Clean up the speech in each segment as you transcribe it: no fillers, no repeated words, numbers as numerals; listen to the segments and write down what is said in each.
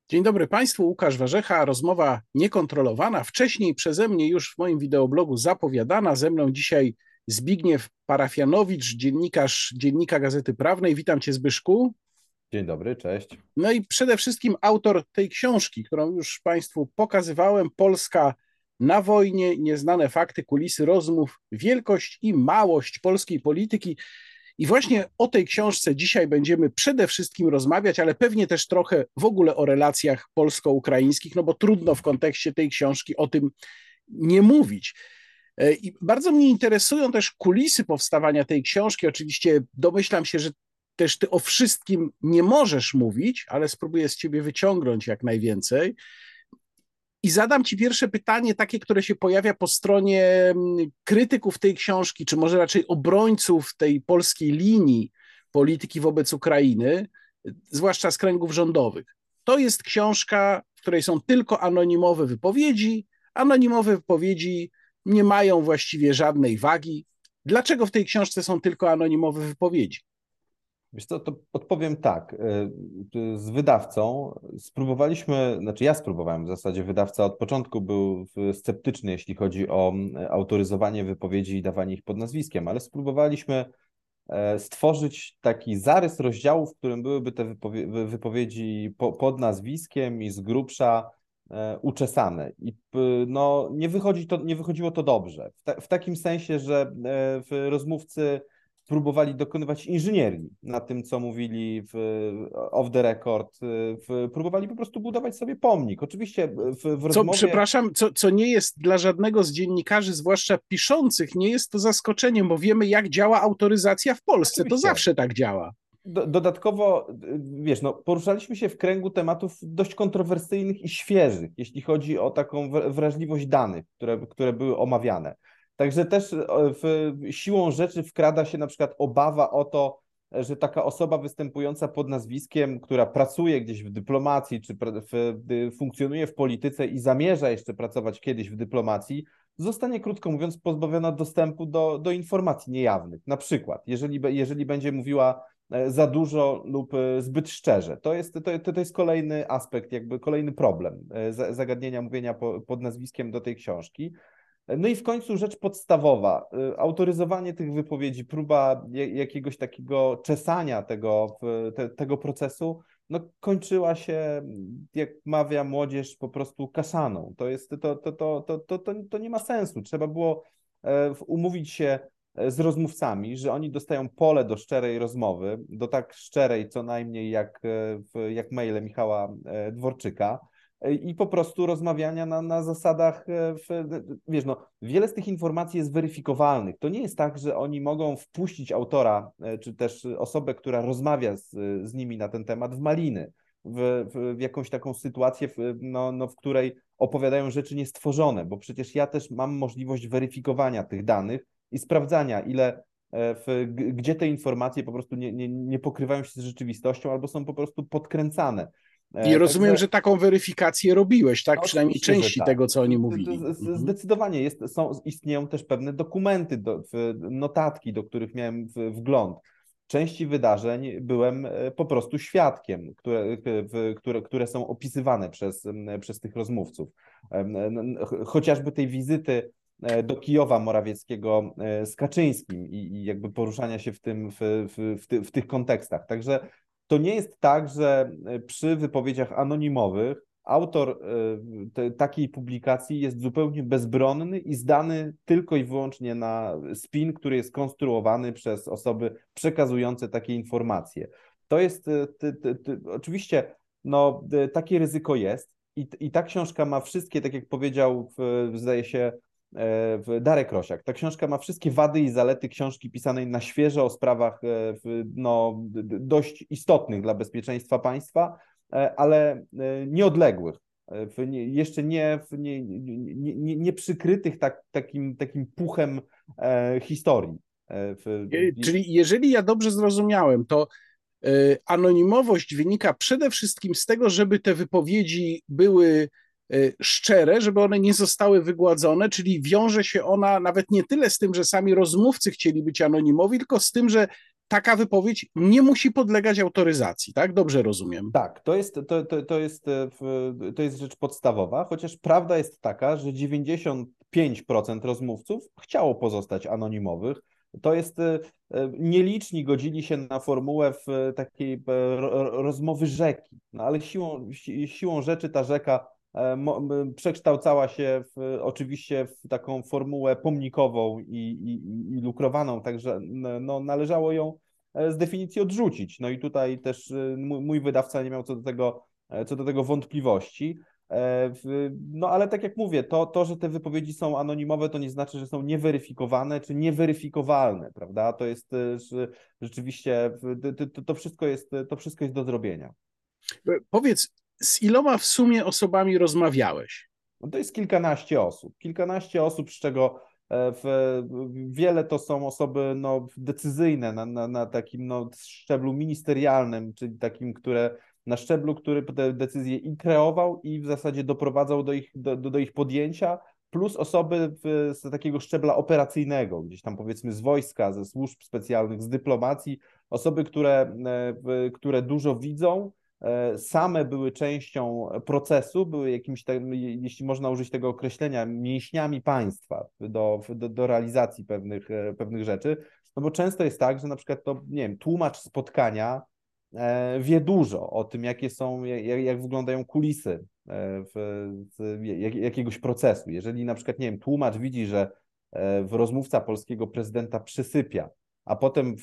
Dzień dobry Państwu, Łukasz Warzecha, rozmowa niekontrolowana, wcześniej przeze mnie już w moim wideoblogu zapowiadana. Ze mną dzisiaj Zbigniew Parafianowicz, dziennikarz Dziennika Gazety Prawnej. Witam Cię, Zbyszku. Dzień dobry, cześć. No i przede wszystkim autor tej książki, którą już Państwu pokazywałem, Polska na wojnie, nieznane fakty, kulisy rozmów, wielkość i małość polskiej polityki. I właśnie o tej książce dzisiaj będziemy przede wszystkim rozmawiać, ale pewnie też trochę w ogóle o relacjach polsko-ukraińskich, no bo trudno w kontekście tej książki o tym nie mówić. I bardzo mnie interesują też kulisy powstawania tej książki. Oczywiście domyślam się, że też ty o wszystkim nie możesz mówić, ale spróbuję z ciebie wyciągnąć jak najwięcej. I zadam ci pierwsze pytanie, takie, które się pojawia po stronie krytyków tej książki, czy może raczej obrońców tej polskiej linii polityki wobec Ukrainy, zwłaszcza z kręgów rządowych. To jest książka, w której są tylko anonimowe wypowiedzi. Anonimowe wypowiedzi nie mają właściwie żadnej wagi. Dlaczego w tej książce są tylko anonimowe wypowiedzi? Wiesz co, to odpowiem tak. Z wydawcą spróbowaliśmy, znaczy ja spróbowałem w zasadzie, wydawca od początku był sceptyczny, jeśli chodzi o autoryzowanie wypowiedzi i dawanie ich pod nazwiskiem, ale spróbowaliśmy stworzyć taki zarys rozdziału, w którym byłyby te wypowiedzi pod nazwiskiem i z grubsza uczesane. I no, nie wychodziło to dobrze. W takim sensie, że rozmówcy próbowali dokonywać inżynierii na tym, co mówili off the record. Próbowali po prostu budować sobie pomnik. Oczywiście w rozmowie... Przepraszam, co nie jest dla żadnego z dziennikarzy, zwłaszcza piszących, nie jest to zaskoczeniem, bo wiemy, jak działa autoryzacja w Polsce. To Oczywiście. zawsze tak działa. Dodatkowo, wiesz, no, poruszaliśmy się w kręgu tematów dość kontrowersyjnych i świeżych, jeśli chodzi o taką wrażliwość danych, które były omawiane. Także też siłą rzeczy wkrada się na przykład obawa o to, że taka osoba występująca pod nazwiskiem, która pracuje gdzieś w dyplomacji, czy funkcjonuje w polityce i zamierza jeszcze pracować kiedyś w dyplomacji, zostanie, krótko mówiąc, pozbawiona dostępu do informacji niejawnych. Na przykład, jeżeli będzie mówiła za dużo lub zbyt szczerze. To jest kolejny aspekt, jakby kolejny problem zagadnienia mówienia pod nazwiskiem do tej książki. No i w końcu rzecz podstawowa, autoryzowanie tych wypowiedzi, próba jakiegoś takiego czesania tego procesu, no kończyła się, jak mawia młodzież, po prostu kaszaną. To nie ma sensu. Trzeba było umówić się z rozmówcami, że oni dostają pole do szczerej rozmowy, do tak szczerej co najmniej jak maile Michała Dworczyka, i po prostu rozmawiania na zasadach, wiesz, no, wiele z tych informacji jest weryfikowalnych. To nie jest tak, że oni mogą wpuścić autora, czy też osobę, która rozmawia z nimi na ten temat, w maliny, w jakąś taką sytuację, w której opowiadają rzeczy niestworzone, bo przecież ja też mam możliwość weryfikowania tych danych i sprawdzania, gdzie te informacje po prostu nie pokrywają się z rzeczywistością albo są po prostu podkręcane. I rozumiem, Także że taką weryfikację robiłeś, tak? no Przynajmniej oczywiście, że części tak. tego, co oni mówili. Mhm. Zdecydowanie istnieją też pewne dokumenty, notatki, do których miałem wgląd. Części wydarzeń byłem po prostu świadkiem, które są opisywane przez tych rozmówców. Chociażby tej wizyty do Kijowa Morawieckiego z Kaczyńskim i jakby poruszania się w tych kontekstach. Także to nie jest tak, że przy wypowiedziach anonimowych autor takiej publikacji jest zupełnie bezbronny i zdany tylko i wyłącznie na spin, który jest konstruowany przez osoby przekazujące takie informacje. To jest oczywiście, no, takie ryzyko jest i ta książka ma wszystkie, tak jak powiedział, zdaje się, Darek Rosiak. Ta książka ma wszystkie wady i zalety książki pisanej na świeżo o sprawach no, dość istotnych dla bezpieczeństwa państwa, ale nieodległych, jeszcze nie przykrytych takim puchem historii. Czyli jeżeli ja dobrze zrozumiałem, to anonimowość wynika przede wszystkim z tego, żeby te wypowiedzi były szczere, żeby one nie zostały wygładzone, czyli wiąże się ona nawet nie tyle z tym, że sami rozmówcy chcieli być anonimowi, tylko z tym, że taka wypowiedź nie musi podlegać autoryzacji, tak? Dobrze rozumiem. Tak, to jest rzecz podstawowa, chociaż prawda jest taka, że 95% rozmówców chciało pozostać anonimowych. To jest, nieliczni godzili się na formułę w takiej rozmowy rzeki, no ale siłą rzeczy ta rzeka przekształcała się oczywiście w taką formułę pomnikową i lukrowaną, także no, należało ją z definicji odrzucić. No i tutaj też mój wydawca nie miał co do tego wątpliwości. No ale tak jak mówię, że te wypowiedzi są anonimowe, to nie znaczy, że są nieweryfikowane czy nieweryfikowalne, prawda? To jest że rzeczywiście, to wszystko jest do zrobienia. Powiedz, z iloma w sumie osobami rozmawiałeś? No to jest kilkanaście osób, z czego wiele to są osoby no, decyzyjne na takim no, szczeblu ministerialnym, czyli takim, na szczeblu, który te decyzje i kreował i w zasadzie doprowadzał do ich podjęcia, plus osoby z takiego szczebla operacyjnego, gdzieś tam powiedzmy z wojska, ze służb specjalnych, z dyplomacji, osoby, które dużo widzą, same były częścią procesu, były jakimiś, jeśli można użyć tego określenia, mięśniami państwa do realizacji pewnych rzeczy. No bo często jest tak, że na przykład to, nie wiem, tłumacz spotkania wie dużo o tym, jak wyglądają kulisy jakiegoś procesu. Jeżeli na przykład, nie wiem, tłumacz widzi, że rozmówca polskiego prezydenta przysypia, a potem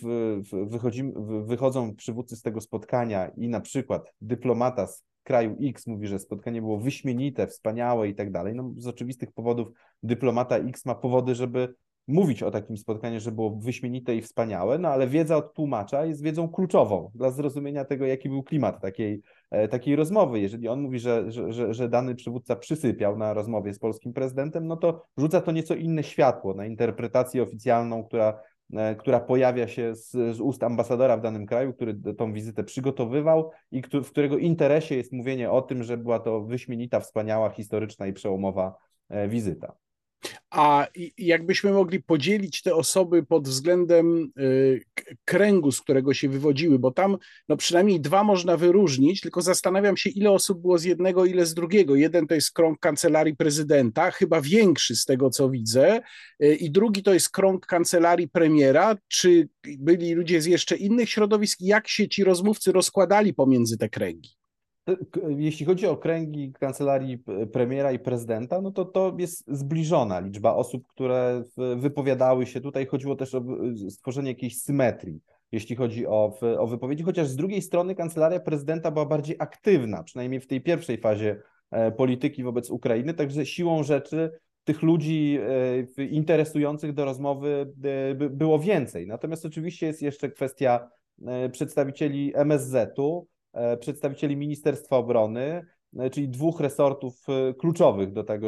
wychodzą przywódcy z tego spotkania i na przykład dyplomata z kraju X mówi, że spotkanie było wyśmienite, wspaniałe i tak dalej. No, z oczywistych powodów dyplomata X ma powody, żeby mówić o takim spotkaniu, że było wyśmienite i wspaniałe, no ale wiedza od tłumacza jest wiedzą kluczową dla zrozumienia tego, jaki był klimat takiej rozmowy. Jeżeli on mówi, że dany przywódca przysypiał na rozmowie z polskim prezydentem, no to rzuca to nieco inne światło na interpretację oficjalną, która pojawia się z ust ambasadora w danym kraju, który tą wizytę przygotowywał i w którego interesie jest mówienie o tym, że była to wyśmienita, wspaniała, historyczna i przełomowa wizyta. A jakbyśmy mogli podzielić te osoby pod względem kręgu, z którego się wywodziły, bo tam no przynajmniej dwa można wyróżnić, tylko zastanawiam się, ile osób było z jednego, ile z drugiego. Jeden to jest krąg kancelarii prezydenta, chyba większy z tego, co widzę, i drugi to jest krąg kancelarii premiera. Czy byli ludzie z jeszcze innych środowisk? Jak się ci rozmówcy rozkładali pomiędzy te kręgi? Jeśli chodzi o kręgi kancelarii premiera i prezydenta, no to jest zbliżona liczba osób, które wypowiadały się. Tutaj chodziło też o stworzenie jakiejś symetrii, jeśli chodzi o wypowiedzi, chociaż z drugiej strony kancelaria prezydenta była bardziej aktywna, przynajmniej w tej pierwszej fazie polityki wobec Ukrainy, także siłą rzeczy tych ludzi interesujących do rozmowy było więcej. Natomiast oczywiście jest jeszcze kwestia przedstawicieli MSZ-u, przedstawicieli Ministerstwa Obrony, czyli dwóch resortów kluczowych do tego,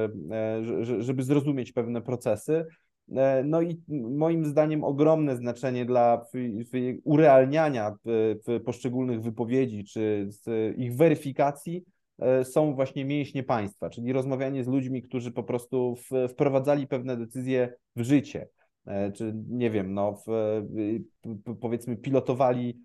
żeby zrozumieć pewne procesy. No i moim zdaniem ogromne znaczenie dla urealniania poszczególnych wypowiedzi czy ich weryfikacji są właśnie mięśnie państwa, czyli rozmawianie z ludźmi, którzy po prostu wprowadzali pewne decyzje w życie, czy nie wiem, no, powiedzmy pilotowali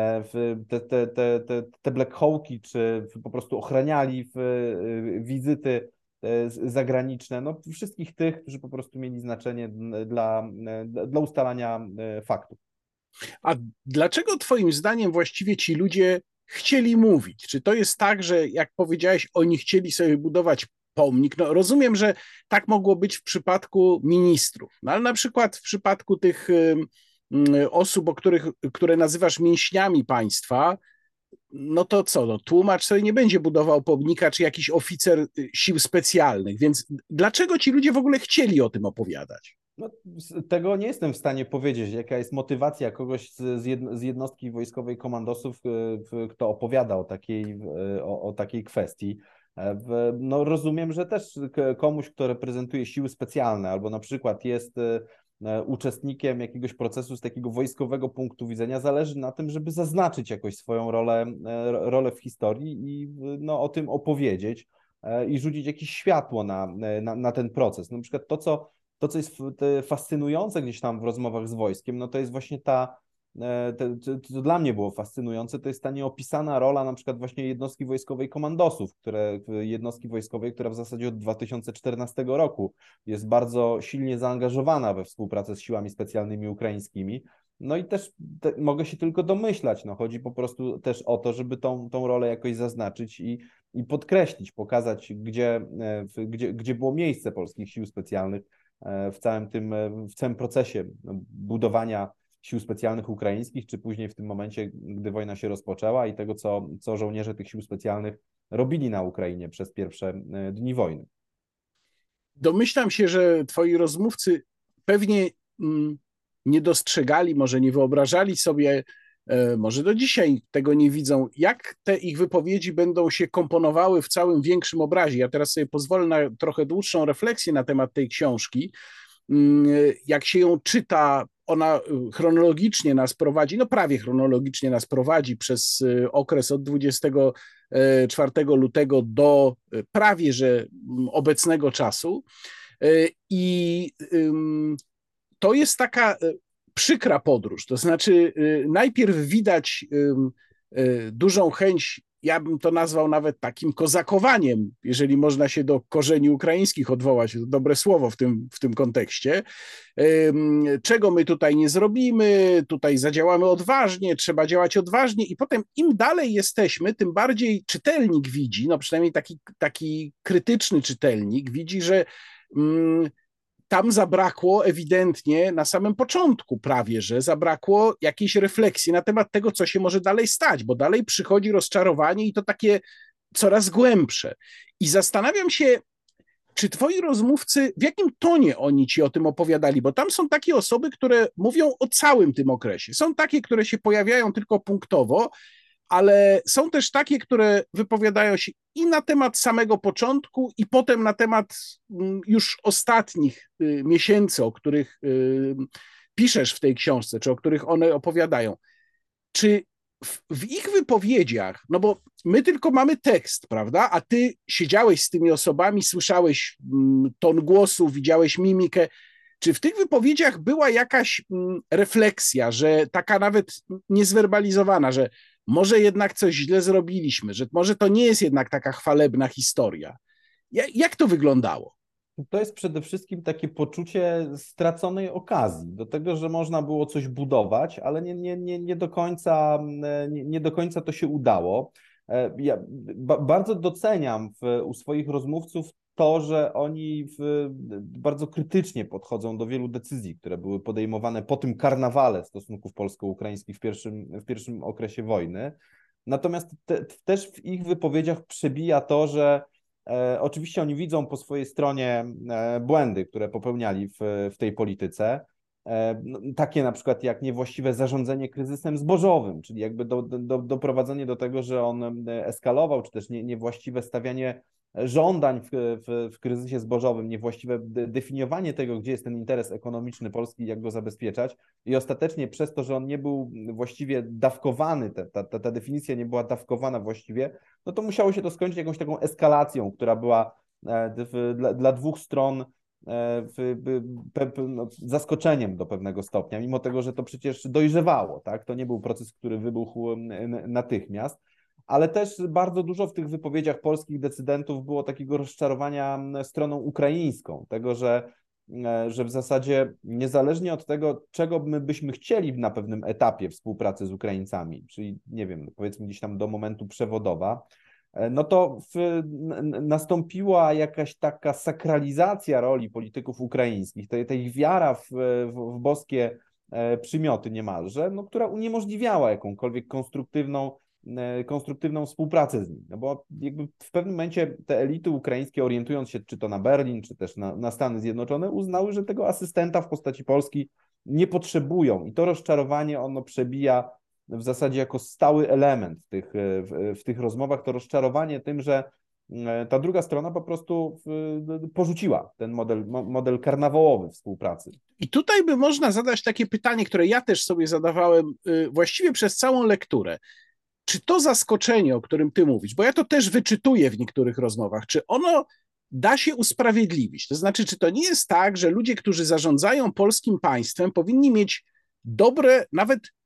te black hawki, czy po prostu ochraniali wizyty zagraniczne, no wszystkich tych, którzy po prostu mieli znaczenie dla ustalania faktów. A dlaczego twoim zdaniem właściwie ci ludzie chcieli mówić? Czy to jest tak, że jak powiedziałeś, oni chcieli sobie budować pomnik? No rozumiem, że tak mogło być w przypadku ministrów, no ale na przykład w przypadku tych osób, które nazywasz mięśniami państwa, no to co, no, tłumacz sobie nie będzie budował pomnika, czy jakiś oficer sił specjalnych, więc dlaczego ci ludzie w ogóle chcieli o tym opowiadać? No, tego nie jestem w stanie powiedzieć, jaka jest motywacja kogoś z jednostki wojskowej komandosów, kto opowiada o takiej kwestii. No, rozumiem, że też komuś, kto reprezentuje siły specjalne albo na przykład jest uczestnikiem jakiegoś procesu z takiego wojskowego punktu widzenia, zależy na tym, żeby zaznaczyć jakoś swoją rolę w historii i no, o tym opowiedzieć i rzucić jakieś światło na ten proces. Na przykład to, co jest fascynujące gdzieś tam w rozmowach z wojskiem, no to jest właśnie ta co dla mnie było fascynujące, to jest ta nieopisana rola na przykład właśnie jednostki wojskowej komandosów, jednostki wojskowej, która w zasadzie od 2014 roku jest bardzo silnie zaangażowana we współpracę z siłami specjalnymi ukraińskimi. No i też mogę się tylko domyślać, no chodzi po prostu też o to, żeby tą rolę jakoś zaznaczyć i podkreślić, pokazać, gdzie było miejsce polskich sił specjalnych w całym procesie budowania sił specjalnych ukraińskich, czy później w tym momencie, gdy wojna się rozpoczęła i tego, co żołnierze tych sił specjalnych robili na Ukrainie przez pierwsze dni wojny. Domyślam się, że twoi rozmówcy pewnie nie dostrzegali, może nie wyobrażali sobie, może do dzisiaj tego nie widzą, jak te ich wypowiedzi będą się komponowały w całym większym obrazie. Ja teraz sobie pozwolę na trochę dłuższą refleksję na temat tej książki. Jak się ją czyta, ona chronologicznie nas prowadzi, no prawie chronologicznie nas prowadzi przez okres od 24 lutego do prawie że obecnego czasu. I to jest taka przykra podróż. To znaczy, najpierw widać dużą chęć, ja bym to nazwał nawet takim kozakowaniem, jeżeli można się do korzeni ukraińskich odwołać, to dobre słowo w tym kontekście. Czego my tutaj nie zrobimy, tutaj zadziałamy odważnie, trzeba działać odważnie i potem im dalej jesteśmy, tym bardziej czytelnik widzi, no przynajmniej taki krytyczny czytelnik widzi, że tam zabrakło ewidentnie na samym początku prawie, że zabrakło jakiejś refleksji na temat tego, co się może dalej stać, bo dalej przychodzi rozczarowanie i to takie coraz głębsze. I zastanawiam się, czy twoi rozmówcy, w jakim tonie oni ci o tym opowiadali, bo tam są takie osoby, które mówią o całym tym okresie. Są takie, które się pojawiają tylko punktowo, ale są też takie, które wypowiadają się i na temat samego początku, i potem na temat już ostatnich miesięcy, o których piszesz w tej książce, czy o których one opowiadają. Czy w ich wypowiedziach, no bo my tylko mamy tekst, prawda, a ty siedziałeś z tymi osobami, słyszałeś ton głosu, widziałeś mimikę, czy w tych wypowiedziach była jakaś refleksja, że taka nawet niezwerbalizowana, że może jednak coś źle zrobiliśmy, że może to nie jest jednak taka chwalebna historia? Jak to wyglądało? To jest przede wszystkim takie poczucie straconej okazji do tego, że można było coś budować, ale nie do końca to się udało. Ja bardzo doceniam u swoich rozmówców to, że oni bardzo krytycznie podchodzą do wielu decyzji, które były podejmowane po tym karnawale stosunków polsko-ukraińskich w pierwszym okresie wojny. Natomiast też w ich wypowiedziach przebija to, że oczywiście oni widzą po swojej stronie błędy, które popełniali w tej polityce, takie na przykład jak niewłaściwe zarządzanie kryzysem zbożowym, czyli jakby doprowadzenie do tego, że on eskalował, czy też niewłaściwe stawianie żądań w kryzysie zbożowym, niewłaściwe definiowanie tego, gdzie jest ten interes ekonomiczny Polski, jak go zabezpieczać i ostatecznie przez to, że on nie był właściwie dawkowany, ta definicja nie była dawkowana właściwie, no to musiało się to skończyć jakąś taką eskalacją, która była dla dwóch stron zaskoczeniem do pewnego stopnia, mimo tego, że to przecież dojrzewało, tak? To nie był proces, który wybuchł natychmiast, ale też bardzo dużo w tych wypowiedziach polskich decydentów było takiego rozczarowania stroną ukraińską, tego, że w zasadzie niezależnie od tego, czego my byśmy chcieli na pewnym etapie współpracy z Ukraińcami, czyli nie wiem, powiedzmy gdzieś tam do momentu przewodowa, no to nastąpiła jakaś taka sakralizacja roli polityków ukraińskich, ta ich wiara w boskie przymioty niemalże, no, która uniemożliwiała jakąkolwiek konstruktywną współpracę z nim. No bo jakby w pewnym momencie te elity ukraińskie, orientując się czy to na Berlin, czy też na Stany Zjednoczone, uznały, że tego asystenta w postaci Polski nie potrzebują i to rozczarowanie ono przebija w zasadzie jako stały element w tych rozmowach, to rozczarowanie tym, że ta druga strona po prostu porzuciła ten model karnawałowy współpracy. I tutaj by można zadać takie pytanie, które ja też sobie zadawałem właściwie przez całą lekturę. Czy to zaskoczenie, o którym ty mówisz, bo ja to też wyczytuję w niektórych rozmowach, czy ono da się usprawiedliwić? To znaczy, czy to nie jest tak, że ludzie, którzy zarządzają polskim państwem, powinni mieć dobre, nawet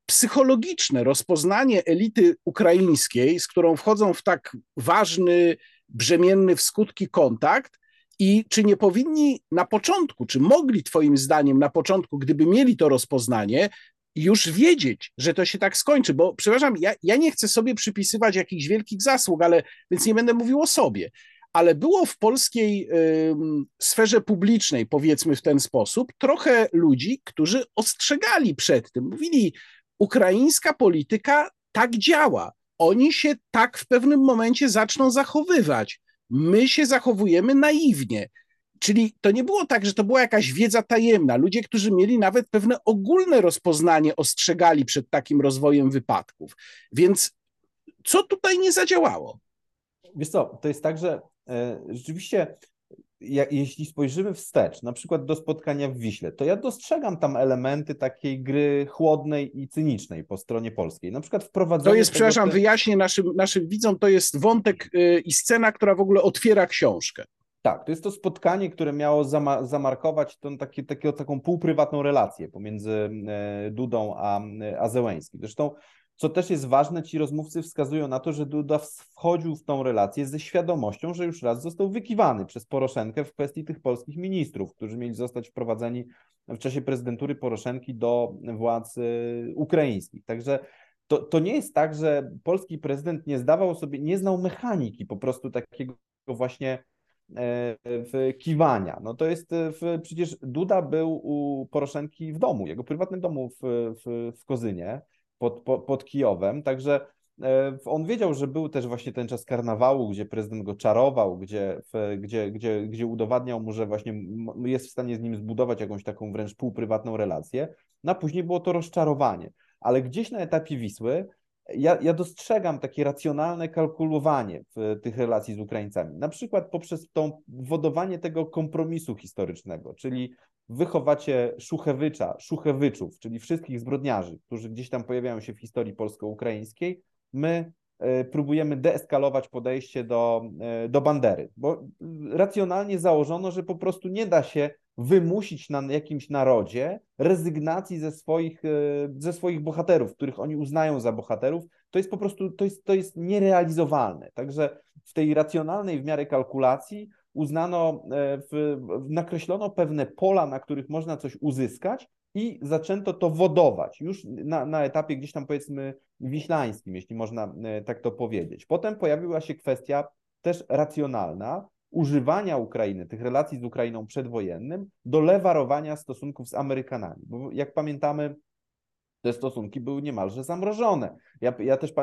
psychologiczne rozpoznanie elity ukraińskiej, z którą wchodzą w tak ważny, brzemienny w skutki kontakt, i czy nie powinni na początku, czy mogli twoim zdaniem na początku, gdyby mieli to rozpoznanie, już wiedzieć, że to się tak skończy, bo przepraszam, ja nie chcę sobie przypisywać jakichś wielkich zasług, więc nie będę mówił o sobie, ale było w polskiej sferze publicznej, powiedzmy w ten sposób, trochę ludzi, którzy ostrzegali przed tym, mówili, ukraińska polityka tak działa, oni się tak w pewnym momencie zaczną zachowywać, my się zachowujemy naiwnie. Czyli to nie było tak, że to była jakaś wiedza tajemna. Ludzie, którzy mieli nawet pewne ogólne rozpoznanie, ostrzegali przed takim rozwojem wypadków. Więc co tutaj nie zadziałało? Wiesz co, to jest tak, że rzeczywiście jeśli spojrzymy wstecz, na przykład do spotkania w Wiśle, to ja dostrzegam tam elementy takiej gry chłodnej i cynicznej po stronie polskiej. Na przykład wprowadzenie... To jest, przepraszam, wyjaśnię naszym widzom, to jest wątek i scena, która w ogóle otwiera książkę. Tak, to jest to spotkanie, które miało zamarkować taką półprywatną relację pomiędzy Dudą a Zełenski. Zresztą, co też jest ważne, ci rozmówcy wskazują na to, że Duda wchodził w tą relację ze świadomością, że już raz został wykiwany przez Poroszenkę w kwestii tych polskich ministrów, którzy mieli zostać wprowadzeni w czasie prezydentury Poroszenki do władz ukraińskich. Także to nie jest tak, że polski prezydent nie znał mechaniki po prostu takiego właśnie kiwania. No to jest, przecież Duda był u Poroszenki w domu, jego prywatnym domu w Kozynie pod Kijowem, także on wiedział, że był też właśnie ten czas karnawału, gdzie prezydent go czarował, gdzie udowadniał mu, że właśnie jest w stanie z nim zbudować jakąś taką wręcz półprywatną relację, no a później było to rozczarowanie. Ale gdzieś na etapie Wisły ja dostrzegam takie racjonalne kalkulowanie w tych relacji z Ukraińcami, na przykład poprzez to wodowanie tego kompromisu historycznego, czyli wychowacie Szuchewyczów, czyli wszystkich zbrodniarzy, którzy gdzieś tam pojawiają się w historii polsko-ukraińskiej, my próbujemy deeskalować podejście do Bandery, bo racjonalnie założono, że po prostu nie da się wymusić na jakimś narodzie rezygnacji ze swoich bohaterów, których oni uznają za bohaterów, to jest po prostu, to jest nierealizowalne. Także w tej racjonalnej w miarę kalkulacji nakreślono pewne pola, na których można coś uzyskać i zaczęto to wodować już na etapie gdzieś tam powiedzmy wiślańskim, jeśli można tak to powiedzieć. Potem pojawiła się kwestia też racjonalna, używania Ukrainy, tych relacji z Ukrainą przedwojennym do lewarowania stosunków z Amerykanami. Bo jak pamiętamy, te stosunki były niemalże zamrożone. Ja też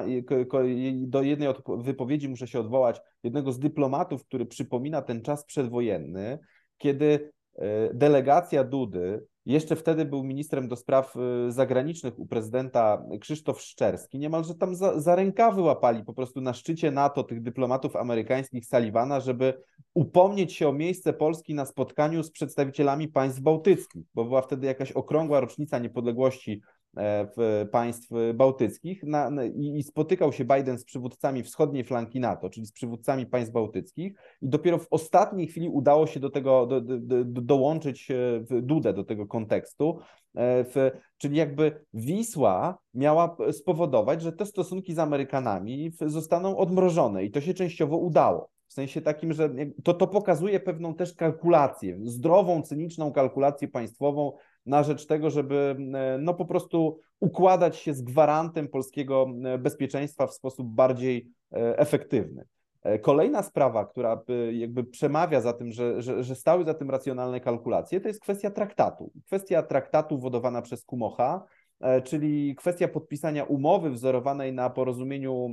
do jednej wypowiedzi muszę się odwołać, jednego z dyplomatów, który przypomina ten czas przedwojenny, kiedy delegacja Dudy, jeszcze wtedy był ministrem do spraw zagranicznych u prezydenta Krzysztof Szczerski, niemalże tam za rękawy łapali po prostu na szczycie NATO tych dyplomatów amerykańskich Sullivana, żeby upomnieć się o miejsce Polski na spotkaniu z przedstawicielami państw bałtyckich, bo była wtedy jakaś okrągła rocznica niepodległości państw bałtyckich i spotykał się Biden z przywódcami wschodniej flanki NATO, czyli z przywódcami państw bałtyckich i dopiero w ostatniej chwili udało się do tego dołączyć Dudę do tego kontekstu, czyli jakby Wisła miała spowodować, że te stosunki z Amerykanami zostaną odmrożone i to się częściowo udało. W sensie takim, że to pokazuje pewną też kalkulację, zdrową, cyniczną kalkulację państwową na rzecz tego, żeby no po prostu układać się z gwarantem polskiego bezpieczeństwa w sposób bardziej efektywny. Kolejna sprawa, która jakby przemawia za tym, że stały za tym racjonalne kalkulacje, to jest kwestia traktatu. Kwestia traktatu wodowana przez Kumocha, czyli kwestia podpisania umowy wzorowanej na porozumieniu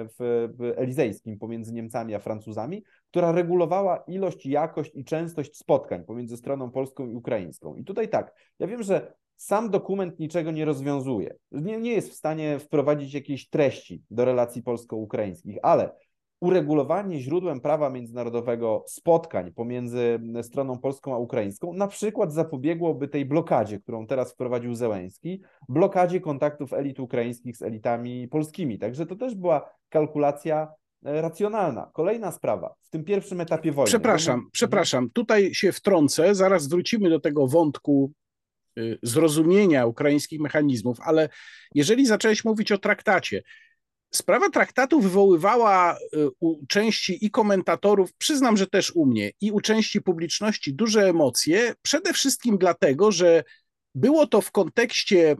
elizejskim pomiędzy Niemcami a Francuzami, która regulowała ilość, jakość i częstość spotkań pomiędzy stroną polską i ukraińską. I tutaj tak, ja wiem, że sam dokument niczego nie rozwiązuje, nie jest w stanie wprowadzić jakiejś treści do relacji polsko-ukraińskich, ale uregulowanie źródłem prawa międzynarodowego spotkań pomiędzy stroną polską a ukraińską na przykład zapobiegłoby tej blokadzie, którą teraz wprowadził Zełenski, blokadzie kontaktów elit ukraińskich z elitami polskimi. Także to też była kalkulacja racjonalna. Kolejna sprawa, w tym pierwszym etapie wojny. Przepraszam, tutaj się wtrącę, zaraz wrócimy do tego wątku zrozumienia ukraińskich mechanizmów, ale jeżeli zacząłeś mówić o traktacie, sprawa traktatu wywoływała u części i komentatorów, przyznam, że też u mnie, i u części publiczności duże emocje, przede wszystkim dlatego, że było to w kontekście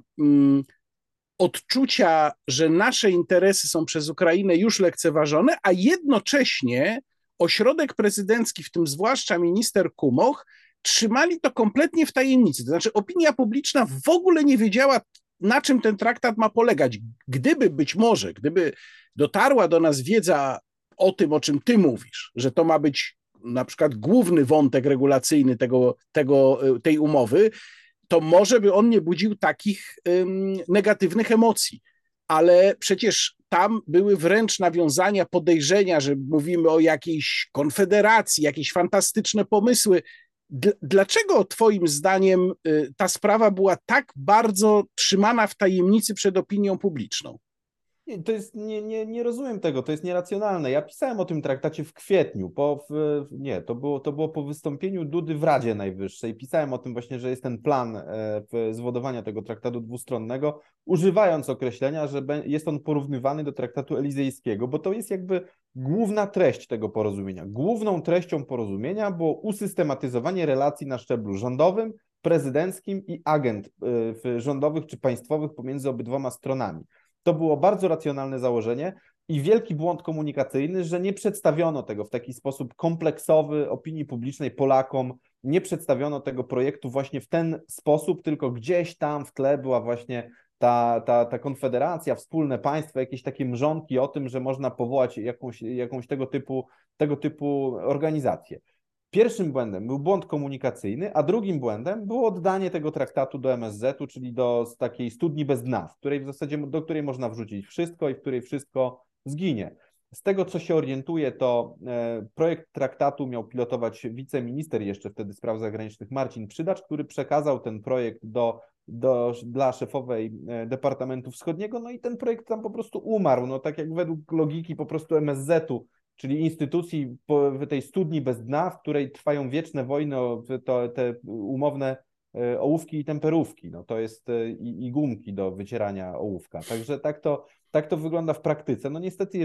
odczucia, że nasze interesy są przez Ukrainę już lekceważone, a jednocześnie ośrodek prezydencki, w tym zwłaszcza minister Kumoch, trzymali to kompletnie w tajemnicy. To znaczy opinia publiczna w ogóle nie wiedziała, na czym ten traktat ma polegać. Gdyby dotarła do nas wiedza o tym, o czym ty mówisz, że to ma być na przykład główny wątek regulacyjny tej umowy, to może by on nie budził takich negatywnych emocji. Ale przecież tam były wręcz nawiązania, podejrzenia, że mówimy o jakiejś konfederacji, jakieś fantastyczne pomysły. Dlaczego twoim zdaniem ta sprawa była tak bardzo trzymana w tajemnicy przed opinią publiczną? To jest, nie rozumiem tego, to jest nieracjonalne. Ja pisałem o tym traktacie w kwietniu, to było po wystąpieniu Dudy w Radzie Najwyższej. Pisałem o tym właśnie, że jest ten plan zwodowania tego traktatu dwustronnego, używając określenia, że jest on porównywany do traktatu elizejskiego, bo to jest jakby główna treść tego porozumienia. Główną treścią porozumienia było usystematyzowanie relacji na szczeblu rządowym, prezydenckim i agent rządowych czy państwowych pomiędzy obydwoma stronami. To było bardzo racjonalne założenie i wielki błąd komunikacyjny, że nie przedstawiono tego w taki sposób kompleksowy opinii publicznej, Polakom, nie przedstawiono tego projektu właśnie w ten sposób, tylko gdzieś tam w tle była właśnie ta konfederacja, wspólne państwo, jakieś takie mrzonki o tym, że można powołać jakąś tego typu organizację. Pierwszym błędem był błąd komunikacyjny, a drugim błędem było oddanie tego traktatu do MSZ-u, czyli do takiej studni bez dna, do której można wrzucić wszystko i w której wszystko zginie. Z tego, co się orientuję, to projekt traktatu miał pilotować wiceminister jeszcze wtedy spraw zagranicznych Marcin Przydacz, który przekazał ten projekt dla szefowej Departamentu Wschodniego, no i ten projekt tam po prostu umarł, no tak jak według logiki po prostu MSZ-u, czyli instytucji w tej studni bez dna, w której trwają wieczne wojny o te umowne ołówki i temperówki. No to jest i gumki do wycierania ołówka. Także tak to wygląda w praktyce. No niestety,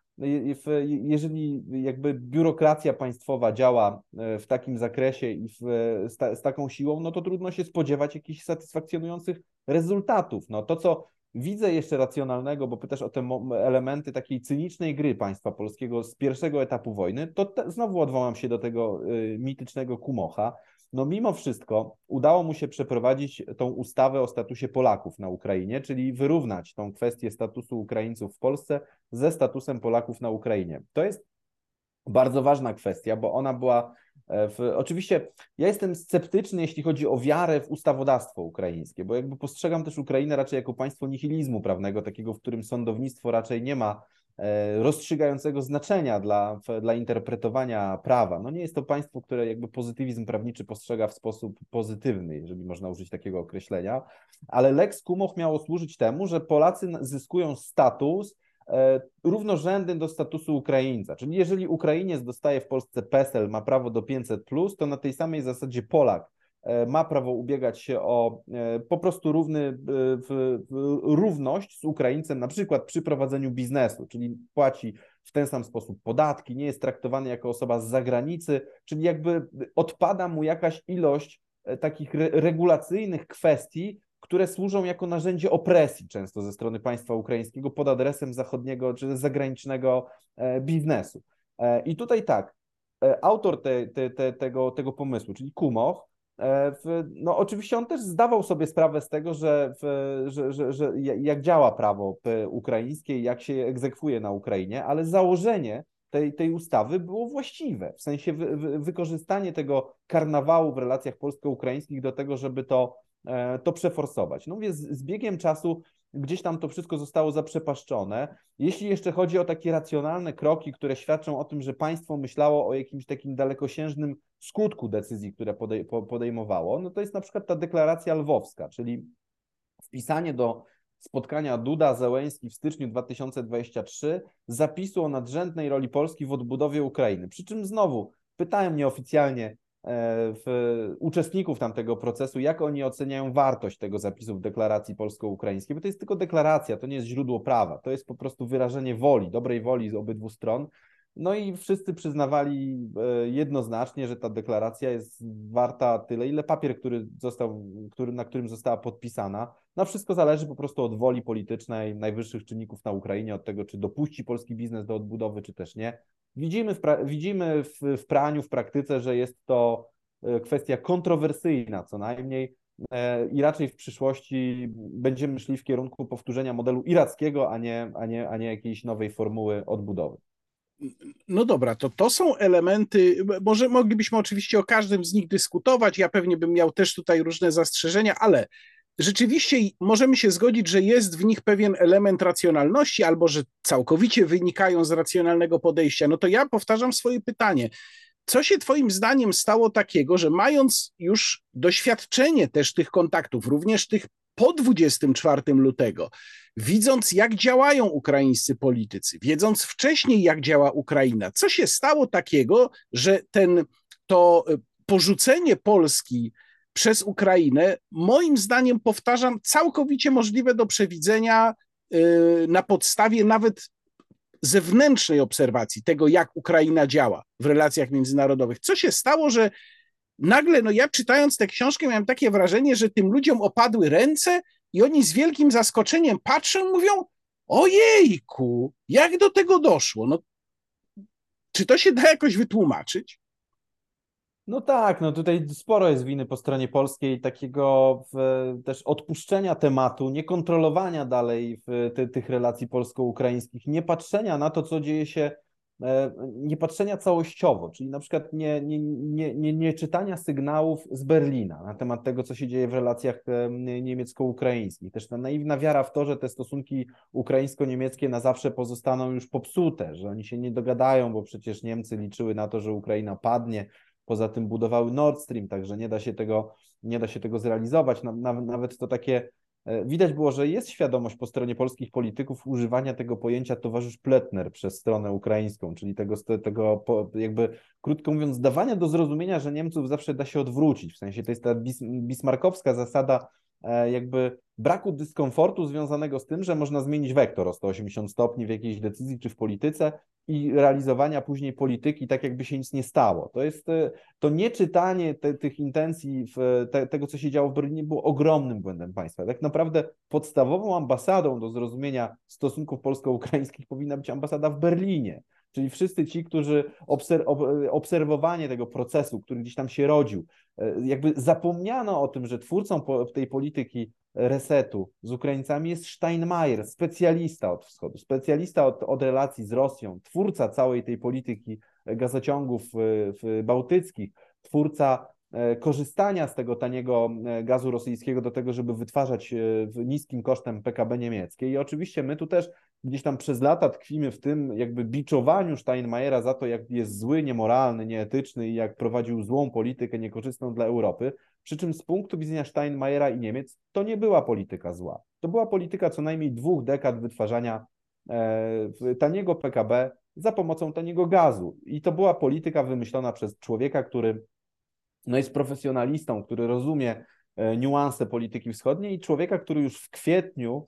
jeżeli jakby biurokracja państwowa działa w takim zakresie i z taką siłą, no to trudno się spodziewać jakichś satysfakcjonujących rezultatów. No to, co widzę jeszcze racjonalnego, bo pytasz o te elementy takiej cynicznej gry państwa polskiego z pierwszego etapu wojny, to znowu odwołam się do tego mitycznego Kumocha. No mimo wszystko udało mu się przeprowadzić tą ustawę o statusie Polaków na Ukrainie, czyli wyrównać tą kwestię statusu Ukraińców w Polsce ze statusem Polaków na Ukrainie. To jest bardzo ważna kwestia, bo ona była oczywiście ja jestem sceptyczny, jeśli chodzi o wiarę w ustawodawstwo ukraińskie, bo jakby postrzegam też Ukrainę raczej jako państwo nihilizmu prawnego, takiego, w którym sądownictwo raczej nie ma rozstrzygającego znaczenia dla interpretowania prawa. No nie jest to państwo, które jakby pozytywizm prawniczy postrzega w sposób pozytywny, jeżeli można użyć takiego określenia, ale Lex Kumoch miało służyć temu, że Polacy zyskują status równorzędny do statusu Ukraińca. Czyli jeżeli Ukrainiec dostaje w Polsce PESEL, ma prawo do 500+, to na tej samej zasadzie Polak ma prawo ubiegać się o po prostu równość z Ukraińcem, na przykład przy prowadzeniu biznesu, czyli płaci w ten sam sposób podatki, nie jest traktowany jako osoba z zagranicy, czyli jakby odpada mu jakaś ilość takich regulacyjnych kwestii, które służą jako narzędzie opresji często ze strony państwa ukraińskiego pod adresem zachodniego czy zagranicznego biznesu. I tutaj tak, autor tego pomysłu, czyli Kumoch, no oczywiście on też zdawał sobie sprawę z tego, że jak działa prawo ukraińskie i jak się je egzekwuje na Ukrainie, ale założenie tej ustawy było właściwe, w sensie wykorzystanie tego karnawału w relacjach polsko-ukraińskich do tego, żeby to przeforsować. No mówię, z biegiem czasu gdzieś tam to wszystko zostało zaprzepaszczone. Jeśli jeszcze chodzi o takie racjonalne kroki, które świadczą o tym, że państwo myślało o jakimś takim dalekosiężnym skutku decyzji, które podejmowało, no to jest na przykład ta deklaracja lwowska, czyli wpisanie do spotkania Duda-Zełenski w styczniu 2023 zapisu o nadrzędnej roli Polski w odbudowie Ukrainy. Przy czym znowu pytałem mnie oficjalnie uczestników tamtego procesu, jak oni oceniają wartość tego zapisu w deklaracji polsko-ukraińskiej, bo to jest tylko deklaracja, to nie jest źródło prawa, to jest po prostu wyrażenie woli, dobrej woli z obydwu stron. No i wszyscy przyznawali jednoznacznie, że ta deklaracja jest warta tyle, ile papier, na którym została podpisana. No wszystko zależy po prostu od woli politycznej najwyższych czynników na Ukrainie, od tego, czy dopuści polski biznes do odbudowy, czy też nie. Widzimy w praniu, w praktyce, że jest to kwestia kontrowersyjna co najmniej i raczej w przyszłości będziemy szli w kierunku powtórzenia modelu irackiego, a nie jakiejś nowej formuły odbudowy. No dobra, to są elementy, może moglibyśmy oczywiście o każdym z nich dyskutować, ja pewnie bym miał też tutaj różne zastrzeżenia, ale rzeczywiście możemy się zgodzić, że jest w nich pewien element racjonalności, albo że całkowicie wynikają z racjonalnego podejścia. No to ja powtarzam swoje pytanie. Co się Twoim zdaniem stało takiego, że mając już doświadczenie też tych kontaktów, również tych po 24 lutego, widząc jak działają ukraińscy politycy, wiedząc wcześniej jak działa Ukraina, co się stało takiego, że to porzucenie Polski przez Ukrainę, moim zdaniem, powtarzam, całkowicie możliwe do przewidzenia na podstawie nawet zewnętrznej obserwacji tego, jak Ukraina działa w relacjach międzynarodowych. Co się stało, że nagle, no ja czytając tę książkę miałem takie wrażenie, że tym ludziom opadły ręce i oni z wielkim zaskoczeniem patrzą i mówią, ojejku, jak do tego doszło? No, czy to się da jakoś wytłumaczyć? No tak, no tutaj sporo jest winy po stronie polskiej, takiego też odpuszczenia tematu, niekontrolowania dalej tych relacji polsko-ukraińskich, nie patrzenia na to, co dzieje się, nie patrzenia całościowo, czyli na przykład nie czytania sygnałów z Berlina na temat tego, co się dzieje w relacjach niemiecko-ukraińskich. Też ta naiwna wiara w to, że te stosunki ukraińsko-niemieckie na zawsze pozostaną już popsute, że oni się nie dogadają, bo przecież Niemcy liczyły na to, że Ukraina padnie. Poza tym budowały Nord Stream, także nie da się tego zrealizować. Nawet to takie, widać było, że jest świadomość po stronie polskich polityków używania tego pojęcia towarzysz Pletner przez stronę ukraińską, czyli tego jakby, krótko mówiąc, dawania do zrozumienia, że Niemców zawsze da się odwrócić. W sensie to jest ta bismarckowska zasada jakby braku dyskomfortu związanego z tym, że można zmienić wektor o 180 stopni w jakiejś decyzji czy w polityce i realizowania później polityki tak, jakby się nic nie stało. To nieczytanie tych intencji, tego, co się działo w Berlinie, było ogromnym błędem państwa. Tak naprawdę podstawową ambasadą do zrozumienia stosunków polsko-ukraińskich powinna być ambasada w Berlinie. Czyli wszyscy ci, którzy obserwowanie tego procesu, który gdzieś tam się rodził, jakby zapomniano o tym, że twórcą tej polityki resetu z Ukraińcami jest Steinmeier, specjalista od wschodu, specjalista od relacji z Rosją, twórca całej tej polityki gazociągów bałtyckich, twórca korzystania z tego taniego gazu rosyjskiego do tego, żeby wytwarzać niskim kosztem PKB niemieckie. I oczywiście my tu też gdzieś tam przez lata tkwimy w tym jakby biczowaniu Steinmeiera za to, jak jest zły, niemoralny, nieetyczny i jak prowadził złą politykę niekorzystną dla Europy. Przy czym z punktu widzenia Steinmeiera i Niemiec to nie była polityka zła. To była polityka co najmniej 2 dekad wytwarzania taniego PKB za pomocą taniego gazu. I to była polityka wymyślona przez człowieka, który jest profesjonalistą, który rozumie niuanse polityki wschodniej i człowieka, który już w kwietniu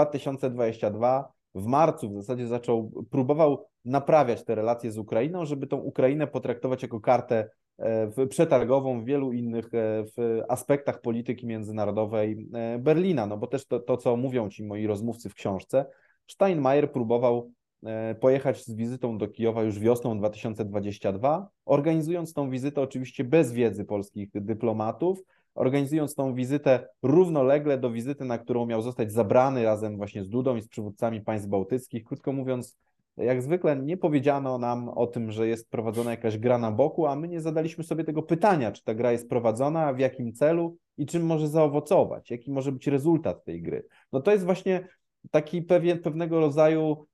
2022, w marcu w zasadzie próbował naprawiać te relacje z Ukrainą, żeby tą Ukrainę potraktować jako kartę przetargową w wielu innych aspektach polityki międzynarodowej Berlina. No bo też to, co mówią ci moi rozmówcy w książce, Steinmeier próbował pojechać z wizytą do Kijowa już wiosną 2022, organizując tą wizytę oczywiście bez wiedzy polskich dyplomatów, organizując tą wizytę równolegle do wizyty, na którą miał zostać zabrany razem właśnie z Dudą i z przywódcami państw bałtyckich. Krótko mówiąc, jak zwykle nie powiedziano nam o tym, że jest prowadzona jakaś gra na boku, a my nie zadaliśmy sobie tego pytania, czy ta gra jest prowadzona, w jakim celu i czym może zaowocować, jaki może być rezultat tej gry. No to jest właśnie taki pewnego rodzaju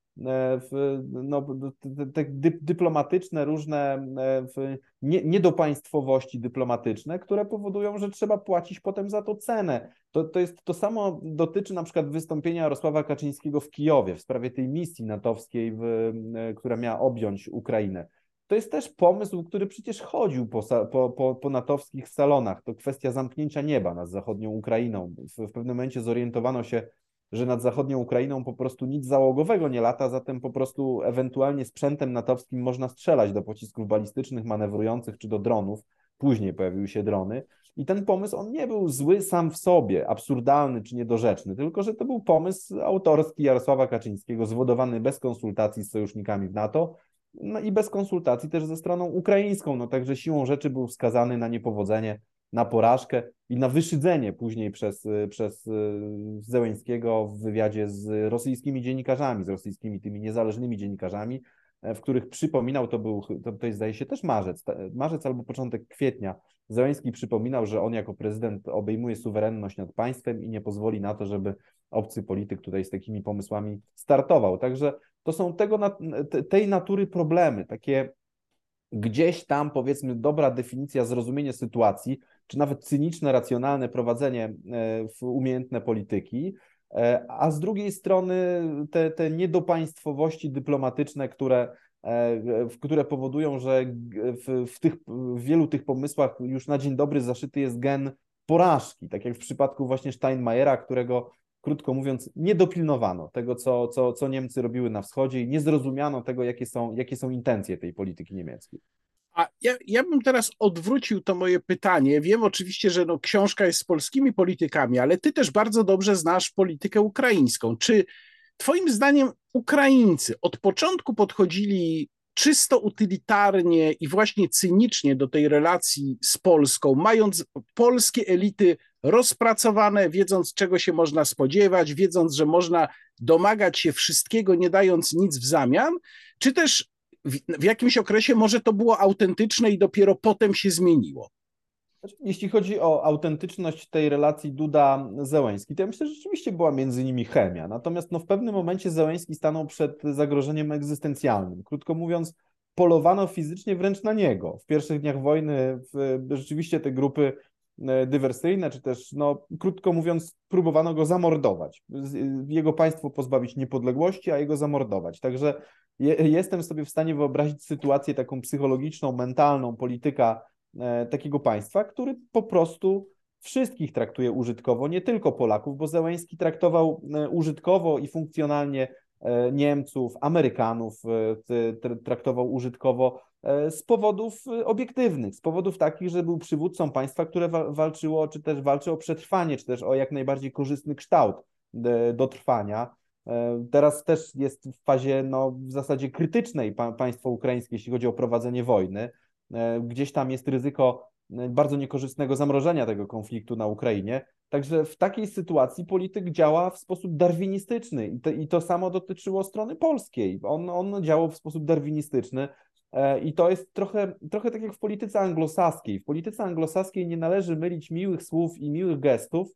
te dyplomatyczne różne niedopaństwowości dyplomatyczne, które powodują, że trzeba płacić potem za to cenę. To samo dotyczy na przykład wystąpienia Jarosława Kaczyńskiego w Kijowie w sprawie tej misji natowskiej, która miała objąć Ukrainę. to jest też pomysł, który przecież chodził po natowskich salonach. To kwestia zamknięcia nieba nad zachodnią Ukrainą. W pewnym momencie zorientowano się, że nad zachodnią Ukrainą po prostu nic załogowego nie lata, zatem po prostu ewentualnie sprzętem natowskim można strzelać do pocisków balistycznych manewrujących czy do dronów. Później pojawiły się drony. I ten pomysł, on nie był zły sam w sobie, absurdalny czy niedorzeczny, tylko że to był pomysł autorski Jarosława Kaczyńskiego, zwodowany bez konsultacji z sojusznikami w NATO, no i bez konsultacji też ze stroną ukraińską. No także siłą rzeczy był skazany na niepowodzenie, na porażkę i na wyszydzenie później przez Zełenskiego w wywiadzie z rosyjskimi dziennikarzami, z rosyjskimi tymi niezależnymi dziennikarzami, w których przypominał, to jest zdaje się też marzec albo początek kwietnia, Zełenski przypominał, że on jako prezydent obejmuje suwerenność nad państwem i nie pozwoli na to, żeby obcy polityk tutaj z takimi pomysłami startował. Także to są tej natury problemy, takie gdzieś tam powiedzmy dobra definicja, zrozumienie sytuacji, czy nawet cyniczne, racjonalne prowadzenie umiejętne polityki, a z drugiej strony te niedopaństwowości dyplomatyczne, które powodują, że w wielu tych pomysłach już na dzień dobry zaszyty jest gen porażki, tak jak w przypadku właśnie Steinmeiera, którego krótko mówiąc nie dopilnowano tego, co Niemcy robiły na wschodzie i nie zrozumiano tego, jakie są intencje tej polityki niemieckiej. A ja bym teraz odwrócił to moje pytanie. Wiem oczywiście, że książka jest z polskimi politykami, ale ty też bardzo dobrze znasz politykę ukraińską. Czy twoim zdaniem Ukraińcy od początku podchodzili czysto utylitarnie i właśnie cynicznie do tej relacji z Polską, mając polskie elity rozpracowane, wiedząc, czego się można spodziewać, wiedząc, że można domagać się wszystkiego, nie dając nic w zamian, czy też w jakimś okresie może to było autentyczne i dopiero potem się zmieniło? Jeśli chodzi o autentyczność tej relacji Duda-Zełenski, to ja myślę, że rzeczywiście była między nimi chemia. Natomiast w pewnym momencie Zełenski stanął przed zagrożeniem egzystencjalnym. Krótko mówiąc, polowano fizycznie wręcz na niego. W pierwszych dniach wojny rzeczywiście te grupy dywersyjne, czy też, krótko mówiąc, próbowano go zamordować. Jego państwo pozbawić niepodległości, a jego zamordować. Także jestem sobie w stanie wyobrazić sytuację taką psychologiczną, mentalną polityka takiego państwa, który po prostu wszystkich traktuje użytkowo, nie tylko Polaków, bo Zełenski traktował użytkowo i funkcjonalnie Niemców, Amerykanów, traktował użytkowo z powodów obiektywnych, z powodów takich, że był przywódcą państwa, które walczyło, czy też walczy o przetrwanie, czy też o jak najbardziej korzystny kształt dotrwania. Teraz też jest w fazie w zasadzie krytycznej państwo ukraińskie, jeśli chodzi o prowadzenie wojny. Gdzieś tam jest ryzyko bardzo niekorzystnego zamrożenia tego konfliktu na Ukrainie. Także w takiej sytuacji polityk działa w sposób darwinistyczny i to samo dotyczyło strony polskiej. On działał w sposób darwinistyczny i to jest trochę tak jak w polityce anglosaskiej. W polityce anglosaskiej nie należy mylić miłych słów i miłych gestów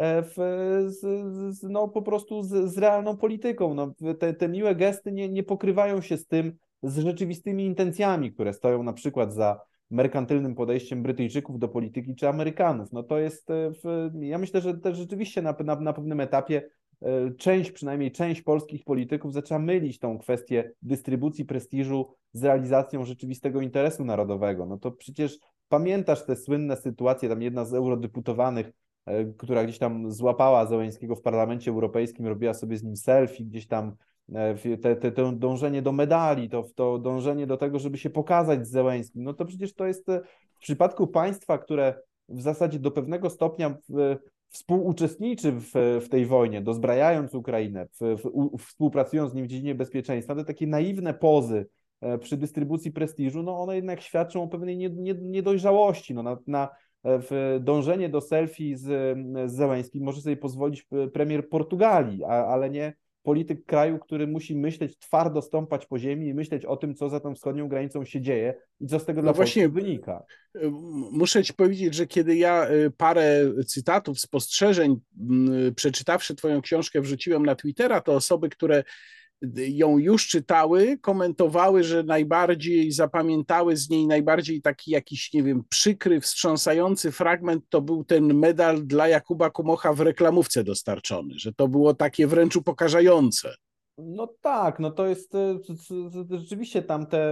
po prostu z realną polityką. Te miłe gesty nie pokrywają się z rzeczywistymi intencjami, które stoją na przykład za merkantylnym podejściem Brytyjczyków do polityki czy Amerykanów. To jest, ja myślę, że też rzeczywiście na pewnym etapie przynajmniej część polskich polityków zaczęła mylić tą kwestię dystrybucji prestiżu z realizacją rzeczywistego interesu narodowego. To przecież pamiętasz te słynne sytuacje, tam jedna z eurodeputowanych, która gdzieś tam złapała Zełenskiego w Parlamencie Europejskim, robiła sobie z nim selfie, gdzieś tam to dążenie do medali, to dążenie do tego, żeby się pokazać z Zełenskim, to przecież to jest w przypadku państwa, które w zasadzie do pewnego stopnia współuczestniczy w tej wojnie, dozbrajając Ukrainę, współpracując z nim w dziedzinie bezpieczeństwa, to takie naiwne pozy przy dystrybucji prestiżu, one jednak świadczą o pewnej niedojrzałości. W dążenie do selfie z Zełenskim może sobie pozwolić premier Portugalii, ale nie polityk kraju, który musi myśleć, twardo stąpać po ziemi i myśleć o tym, co za tą wschodnią granicą się dzieje i co z tego dla Polski wynika. Muszę ci powiedzieć, że kiedy ja parę cytatów, spostrzeżeń, przeczytawszy twoją książkę, wrzuciłem na Twittera, to osoby, które ją już czytały, komentowały, że najbardziej zapamiętały z niej najbardziej taki jakiś, nie wiem, przykry, wstrząsający fragment to był ten medal dla Jakuba Kumocha w reklamówce dostarczony, że to było takie wręcz upokarzające. No tak, no to jest rzeczywiście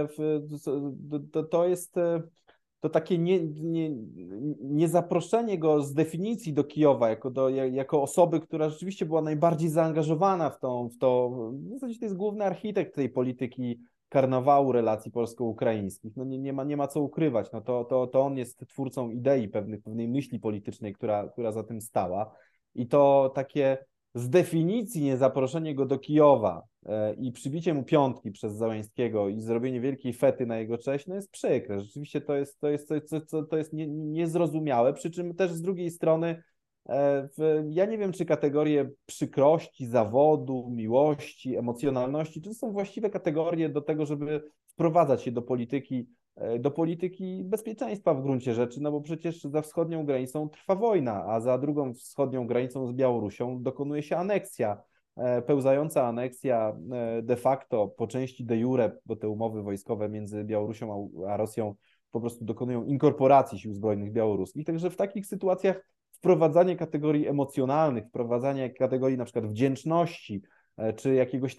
to jest to takie niezaproszenie go z definicji do Kijowa jako osoby, która rzeczywiście była najbardziej zaangażowana w to. W zasadzie to jest główny architekt tej polityki karnawału relacji polsko-ukraińskich. No nie ma co ukrywać. No to on jest twórcą idei pewnej myśli politycznej, która za tym stała. I to takie z definicji niezaproszenie go do Kijowa i przybicie mu piątki przez Załęskiego i zrobienie wielkiej fety na jego cześć, no jest przykre. Rzeczywiście to jest niezrozumiałe, przy czym też z drugiej strony ja nie wiem, czy kategorie przykrości, zawodu, miłości, emocjonalności, czy to są właściwe kategorie do tego, żeby wprowadzać się do polityki bezpieczeństwa w gruncie rzeczy, no bo przecież za wschodnią granicą trwa wojna, a za drugą wschodnią granicą z Białorusią dokonuje się aneksja, pełzająca aneksja de facto, po części de jure, bo te umowy wojskowe między Białorusią a Rosją po prostu dokonują inkorporacji sił zbrojnych białoruskich. Także w takich sytuacjach wprowadzanie kategorii emocjonalnych, wprowadzanie kategorii na przykład wdzięczności, czy jakiegoś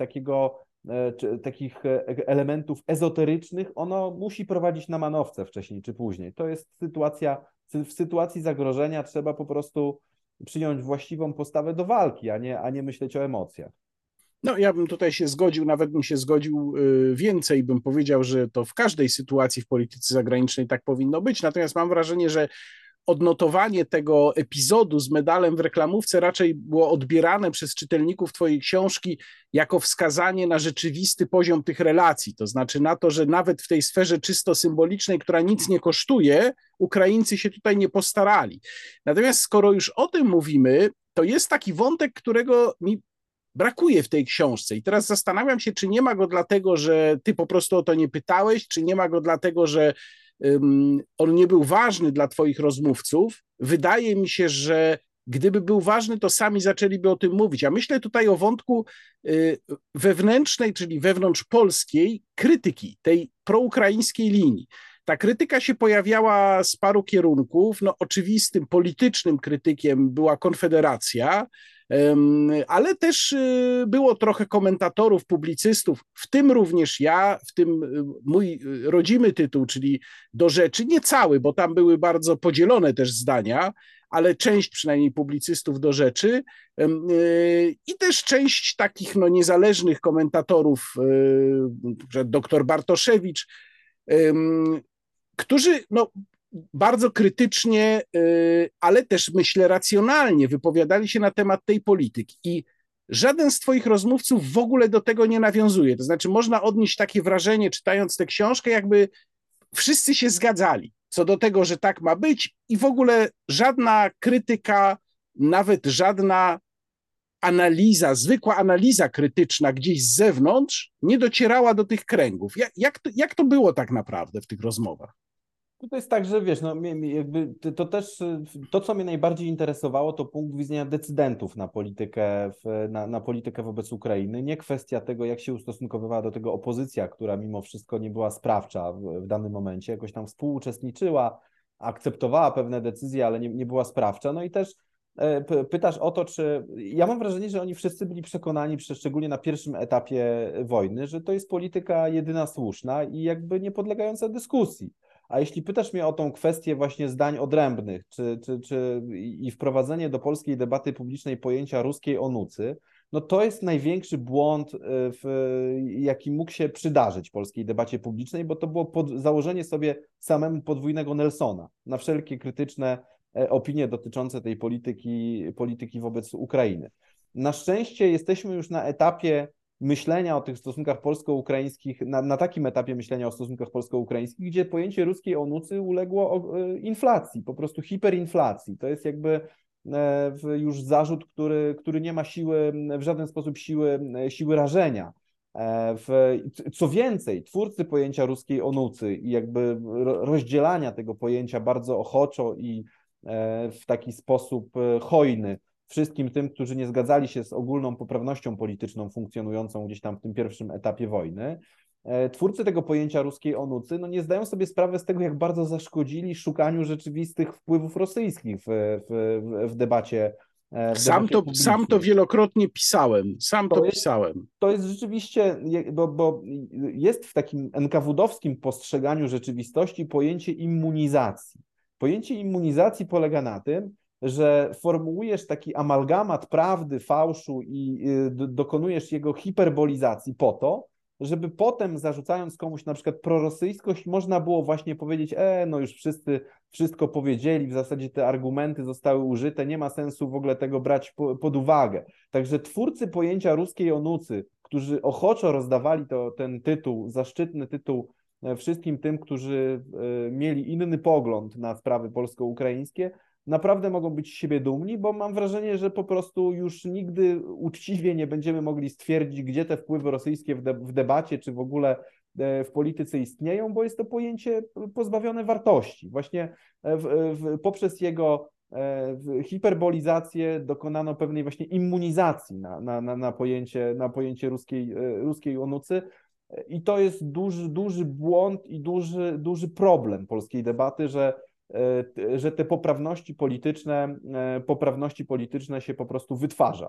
takich elementów ezoterycznych, ono musi prowadzić na manowce wcześniej czy później. To jest w sytuacji zagrożenia trzeba po prostu przyjąć właściwą postawę do walki, a nie myśleć o emocjach. No, ja bym tutaj się zgodził, nawet bym się zgodził więcej, bym powiedział, że to w każdej sytuacji w polityce zagranicznej tak powinno być. Natomiast mam wrażenie, że odnotowanie tego epizodu z medalem w reklamówce raczej było odbierane przez czytelników twojej książki jako wskazanie na rzeczywisty poziom tych relacji, to znaczy na to, że nawet w tej sferze czysto symbolicznej, która nic nie kosztuje, Ukraińcy się tutaj nie postarali. Natomiast skoro już o tym mówimy, to jest taki wątek, którego mi brakuje w tej książce. I teraz zastanawiam się, czy nie ma go dlatego, że ty po prostu o to nie pytałeś, czy nie ma go dlatego, że on nie był ważny dla twoich rozmówców. Wydaje mi się, że gdyby był ważny, to sami zaczęliby o tym mówić. A myślę tutaj o wątku wewnętrznej, czyli wewnątrzpolskiej krytyki tej proukraińskiej linii. Ta krytyka się pojawiała z paru kierunków. No, oczywistym politycznym krytykiem była Konfederacja, ale też było trochę komentatorów, publicystów, w tym również ja, w tym mój rodzimy tytuł, czyli Do rzeczy, nie cały, bo tam były bardzo podzielone też zdania, ale część przynajmniej publicystów Do rzeczy i też część takich no, niezależnych komentatorów, dr Bartoszewicz, którzy no, bardzo krytycznie, ale też myślę racjonalnie wypowiadali się na temat tej polityki. I żaden z twoich rozmówców w ogóle do tego nie nawiązuje. To znaczy można odnieść takie wrażenie, czytając tę książkę, jakby wszyscy się zgadzali co do tego, że tak ma być i w ogóle żadna krytyka, nawet żadna analiza, zwykła analiza krytyczna gdzieś z zewnątrz nie docierała do tych kręgów. Jak to było tak naprawdę w tych rozmowach? To jest tak, że wiesz, no jakby to też, to co mnie najbardziej interesowało, to punkt widzenia decydentów na politykę wobec Ukrainy, nie kwestia tego, jak się ustosunkowywała do tego opozycja, która mimo wszystko nie była sprawcza w danym momencie, jakoś tam współuczestniczyła, akceptowała pewne decyzje, ale nie była sprawcza. No i też pytasz o to, czy ja mam wrażenie, że oni wszyscy byli przekonani, szczególnie na pierwszym etapie wojny, że to jest polityka jedyna słuszna i jakby nie podlegająca dyskusji. A jeśli pytasz mnie o tą kwestię właśnie zdań odrębnych, i wprowadzenie do polskiej debaty publicznej pojęcia ruskiej onucy, no to jest największy błąd, jaki mógł się przydarzyć polskiej debacie publicznej, bo to było założenie sobie samemu podwójnego Nelsona na wszelkie krytyczne opinie dotyczące tej polityki wobec Ukrainy. Na szczęście jesteśmy już na etapie myślenia o tych stosunkach polsko-ukraińskich, na takim etapie myślenia o stosunkach polsko-ukraińskich, gdzie pojęcie ruskiej onucy uległo inflacji, po prostu hiperinflacji. To jest jakby już zarzut, który nie ma w żaden sposób siły rażenia. Co więcej, twórcy pojęcia ruskiej onucy i jakby rozdzielania tego pojęcia bardzo ochoczo i w taki sposób hojny wszystkim tym, którzy nie zgadzali się z ogólną poprawnością polityczną funkcjonującą gdzieś tam w tym pierwszym etapie wojny, twórcy tego pojęcia ruskiej onucy no nie zdają sobie sprawy z tego, jak bardzo zaszkodzili szukaniu rzeczywistych wpływów rosyjskich w debacie w debacie Sam to publicznej. wielokrotnie pisałem, To jest, to jest rzeczywiście, bo jest w takim NKWD-owskim postrzeganiu rzeczywistości pojęcie immunizacji. Pojęcie immunizacji polega na tym, że formułujesz taki amalgamat prawdy, fałszu i dokonujesz jego hiperbolizacji po to, żeby potem zarzucając komuś na przykład prorosyjskość, można było właśnie powiedzieć, no już wszyscy wszystko powiedzieli, w zasadzie te argumenty zostały użyte, nie ma sensu w ogóle tego brać pod uwagę. Także twórcy pojęcia ruskiej onucy, którzy ochoczo rozdawali ten tytuł, zaszczytny tytuł wszystkim tym, którzy mieli inny pogląd na sprawy polsko-ukraińskie, naprawdę mogą być z siebie dumni, bo mam wrażenie, że po prostu już nigdy uczciwie nie będziemy mogli stwierdzić, gdzie te wpływy rosyjskie w debacie, czy w ogóle w polityce istnieją, bo jest to pojęcie pozbawione wartości. Właśnie poprzez jego hiperbolizację dokonano pewnej właśnie immunizacji na pojęcie ruskiej onucy. I to jest duży błąd i duży problem polskiej debaty, że te poprawności polityczne się po prostu wytwarza.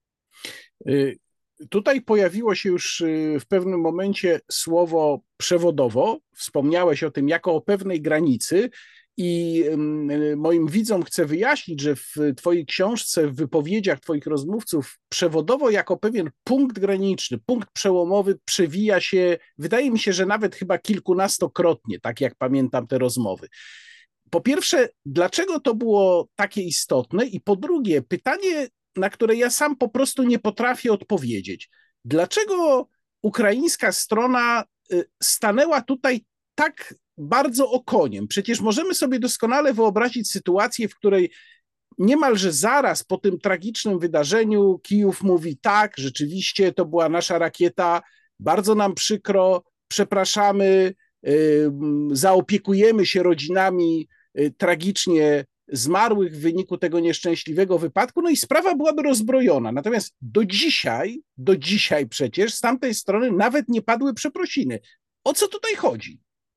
Tutaj pojawiło się już w pewnym momencie słowo przewodowo. Wspomniałeś o tym jako o pewnej granicy i moim widzom chcę wyjaśnić, że w twojej książce, w wypowiedziach twoich rozmówców przewodowo jako pewien punkt graniczny, punkt przełomowy przewija się, wydaje mi się, że nawet chyba kilkunastokrotnie, tak jak pamiętam te rozmowy. Po pierwsze, dlaczego to było takie istotne? I po drugie, pytanie, na które ja sam po prostu nie potrafię odpowiedzieć. Dlaczego ukraińska strona stanęła tutaj tak bardzo okoniem? Przecież możemy sobie doskonale wyobrazić sytuację, w której niemalże zaraz po tym tragicznym wydarzeniu Kijów mówi tak, rzeczywiście to była nasza rakieta, bardzo nam przykro, przepraszamy, zaopiekujemy się rodzinami tragicznie zmarłych w wyniku tego nieszczęśliwego wypadku, no i sprawa byłaby rozbrojona. Natomiast do dzisiaj przecież z tamtej strony nawet nie padły przeprosiny. O co tutaj chodzi?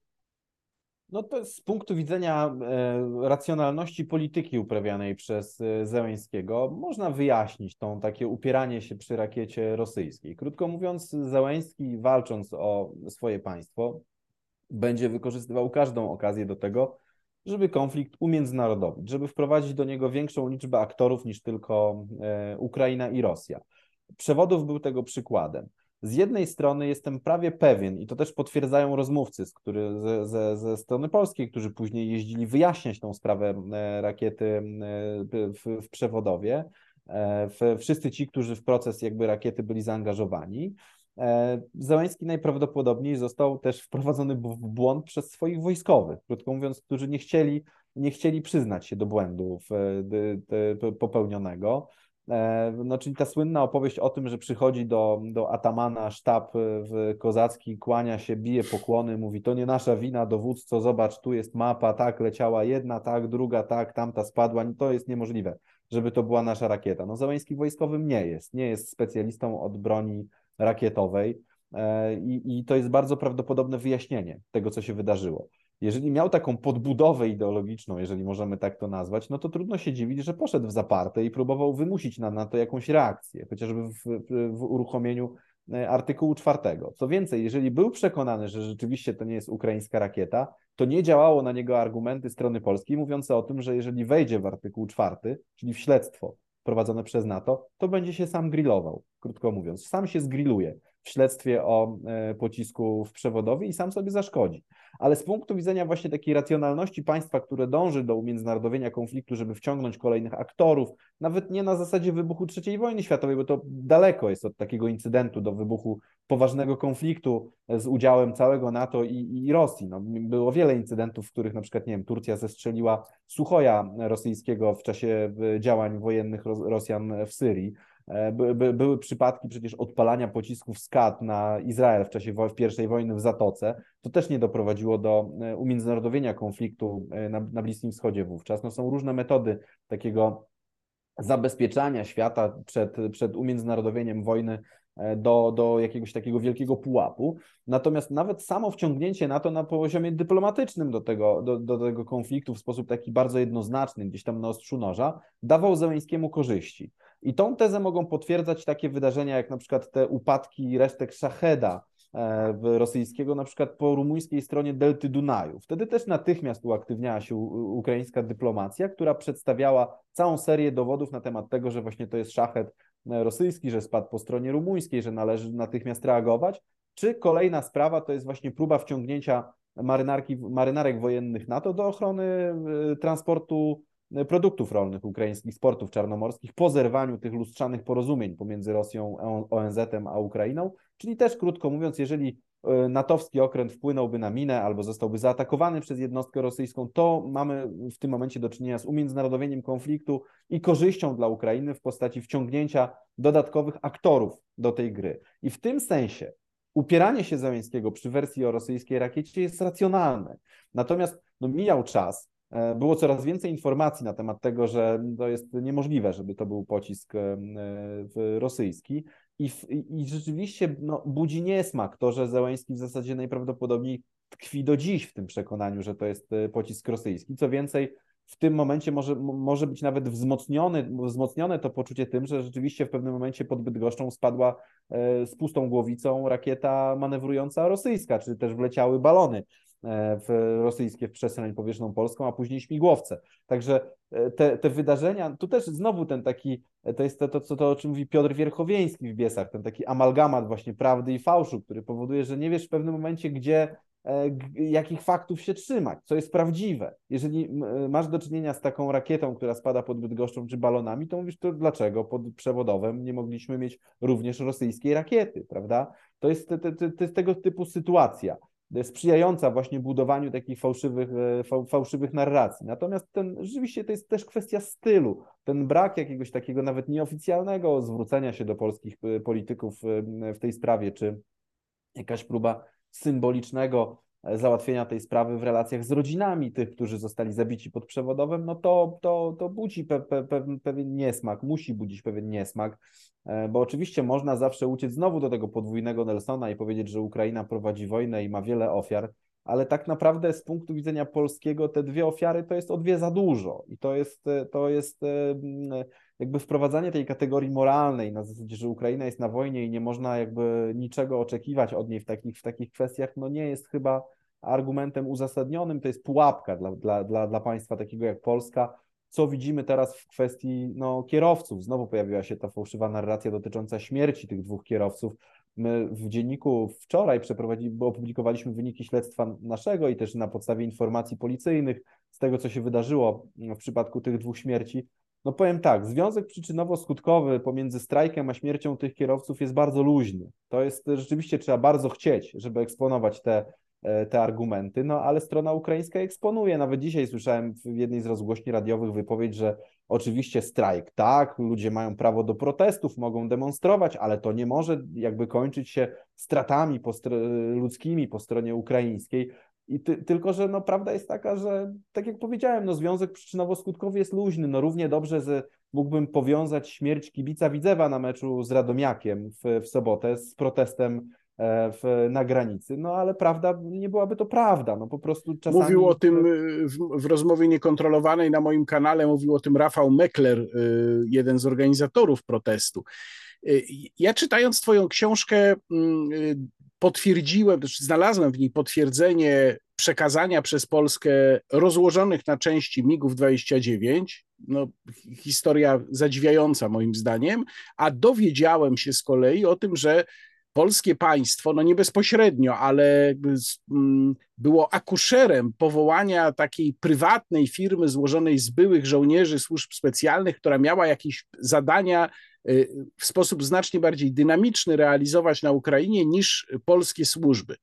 No to z punktu widzenia racjonalności polityki uprawianej przez Zełenskiego można wyjaśnić takie upieranie się przy rakiecie rosyjskiej. Krótko mówiąc, Zełenski, walcząc o swoje państwo, będzie wykorzystywał każdą okazję do tego, żeby konflikt umiędzynarodowić, żeby wprowadzić do niego większą liczbę aktorów niż tylko Ukraina i Rosja. Przewodów był tego przykładem. Z jednej strony jestem prawie pewien, i to też potwierdzają rozmówcy ze strony polskiej, którzy później jeździli wyjaśniać tą sprawę rakiety w Przewodowie, wszyscy ci, którzy w proces jakby rakiety byli zaangażowani. Zełenski najprawdopodobniej został też wprowadzony w błąd przez swoich wojskowych, krótko mówiąc, którzy nie chcieli przyznać się do błędu popełnionego. No, czyli ta słynna opowieść o tym, że przychodzi do atamana sztab kozacki, kłania się, bije pokłony, mówi, to nie nasza wina, dowódco, zobacz, tu jest mapa, tak, leciała jedna, tak, druga, tak, tamta spadła, to jest niemożliwe, żeby to była nasza rakieta. No Zełenski wojskowym nie jest specjalistą od broni rakietowej i to jest bardzo prawdopodobne wyjaśnienie tego, co się wydarzyło. Jeżeli miał taką podbudowę ideologiczną, jeżeli możemy tak to nazwać, no to trudno się dziwić, że poszedł w zaparte i próbował wymusić na to jakąś reakcję, chociażby w uruchomieniu artykułu 4. Co więcej, jeżeli był przekonany, że rzeczywiście to nie jest ukraińska rakieta, to nie działało na niego argumenty strony polskiej mówiące o tym, że jeżeli wejdzie w artykuł 4, czyli w śledztwo prowadzone przez NATO, to będzie się sam grillował, krótko mówiąc. Sam się zgrilluje w śledztwie o pocisku w Przewodowie i sam sobie zaszkodzi. Ale z punktu widzenia właśnie takiej racjonalności państwa, które dąży do umiędzynarodowienia konfliktu, żeby wciągnąć kolejnych aktorów, nawet nie na zasadzie wybuchu III wojny światowej, bo to daleko jest od takiego incydentu do wybuchu poważnego konfliktu z udziałem całego NATO i Rosji. No, było wiele incydentów, w których na przykład, nie wiem, Turcja zestrzeliła Suchoja rosyjskiego w czasie działań wojennych Rosjan w Syrii. Były przypadki przecież odpalania pocisków Scud na Izrael w czasie I wojny w Zatoce. To też nie doprowadziło do umiędzynarodowienia konfliktu na Bliskim Wschodzie wówczas. No, są różne metody takiego zabezpieczania świata przed umiędzynarodowieniem wojny do jakiegoś takiego wielkiego pułapu. Natomiast nawet samo wciągnięcie NATO na poziomie dyplomatycznym do tego konfliktu w sposób taki bardzo jednoznaczny, gdzieś tam na ostrzu noża, dawał Zełenskiemu korzyści. I tą tezę mogą potwierdzać takie wydarzenia, jak na przykład te upadki resztek Szacheda rosyjskiego, na przykład po rumuńskiej stronie delty Dunaju. Wtedy też natychmiast uaktywniała się ukraińska dyplomacja, która przedstawiała całą serię dowodów na temat tego, że właśnie to jest szachet rosyjski, że spadł po stronie rumuńskiej, że należy natychmiast reagować. Czy kolejna sprawa to jest właśnie próba wciągnięcia marynarek wojennych NATO do ochrony transportu produktów rolnych ukraińskich z portów czarnomorskich po zerwaniu tych lustrzanych porozumień pomiędzy Rosją, ONZ-em a Ukrainą. Czyli też krótko mówiąc, jeżeli natowski okręt wpłynąłby na minę albo zostałby zaatakowany przez jednostkę rosyjską, to mamy w tym momencie do czynienia z umiędzynarodowieniem konfliktu i korzyścią dla Ukrainy w postaci wciągnięcia dodatkowych aktorów do tej gry. I w tym sensie upieranie się Zełenskiego przy wersji o rosyjskiej rakiecie jest racjonalne. Natomiast mijał czas, było coraz więcej informacji na temat tego, że to jest niemożliwe, żeby to był pocisk rosyjski. I rzeczywiście budzi niesmak to, że Zełenski w zasadzie najprawdopodobniej tkwi do dziś w tym przekonaniu, że to jest pocisk rosyjski. Co więcej, w tym momencie może być nawet wzmocnione to poczucie tym, że rzeczywiście w pewnym momencie pod Bydgoszczą spadła z pustą głowicą rakieta manewrująca rosyjska, czy też wleciały balony rosyjskie w przestrzeń powietrzną polską, a później śmigłowce. Także te wydarzenia, tu też znowu to jest to, o czym mówi Piotr Wierchowieński w Biesach, ten taki amalgamat właśnie prawdy i fałszu, który powoduje, że nie wiesz w pewnym momencie, jakich faktów się trzymać, co jest prawdziwe. Jeżeli masz do czynienia z taką rakietą, która spada pod Bydgoszczą, czy balonami, to mówisz, to dlaczego pod przewodowem nie mogliśmy mieć również rosyjskiej rakiety, prawda? To jest tego typu sytuacja, sprzyjająca właśnie budowaniu takich fałszywych narracji. Natomiast rzeczywiście to jest też kwestia stylu. Ten brak jakiegoś takiego nawet nieoficjalnego zwrócenia się do polskich polityków w tej sprawie, czy jakaś próba symbolicznego załatwienia tej sprawy w relacjach z rodzinami tych, którzy zostali zabici pod przewodowem, no to budzi pewien niesmak, musi budzić pewien niesmak, bo oczywiście można zawsze uciec znowu do tego podwójnego Nelsona i powiedzieć, że Ukraina prowadzi wojnę i ma wiele ofiar, ale tak naprawdę z punktu widzenia polskiego te dwie ofiary to jest o dwie za dużo i to jest jakby wprowadzanie tej kategorii moralnej na zasadzie, że Ukraina jest na wojnie i nie można jakby niczego oczekiwać od niej w takich kwestiach, no nie jest chyba argumentem uzasadnionym, to jest pułapka dla państwa takiego jak Polska. Co widzimy teraz w kwestii kierowców? Znowu pojawiła się ta fałszywa narracja dotycząca śmierci tych dwóch kierowców. My w dzienniku wczoraj opublikowaliśmy wyniki śledztwa naszego i też na podstawie informacji policyjnych z tego, co się wydarzyło w przypadku tych dwóch śmierci. No powiem tak, związek przyczynowo-skutkowy pomiędzy strajkiem a śmiercią tych kierowców jest bardzo luźny. To jest rzeczywiście, trzeba bardzo chcieć, żeby eksponować te argumenty, ale strona ukraińska eksponuje. Nawet dzisiaj słyszałem w jednej z rozgłośni radiowych wypowiedź, że oczywiście strajk, tak, ludzie mają prawo do protestów, mogą demonstrować, ale to nie może jakby kończyć się stratami ludzkimi po stronie ukraińskiej. Tylko, że prawda jest taka, że tak jak powiedziałem, związek przyczynowo-skutkowy jest luźny. Równie dobrze mógłbym powiązać śmierć kibica Widzewa na meczu z Radomiakiem w sobotę z protestem na granicy, ale prawda, nie byłaby to prawda, po prostu czasami... Mówił o tym w rozmowie niekontrolowanej na moim kanale, mówił o tym Rafał Mekler, jeden z organizatorów protestu. Ja czytając twoją książkę potwierdziłem, też znalazłem w niej potwierdzenie przekazania przez Polskę rozłożonych na części MiG-29, historia zadziwiająca moim zdaniem, a dowiedziałem się z kolei o tym, że polskie państwo, nie bezpośrednio, ale było akuszerem powołania takiej prywatnej firmy złożonej z byłych żołnierzy służb specjalnych, która miała jakieś zadania w sposób znacznie bardziej dynamiczny realizować na Ukrainie niż polskie służby.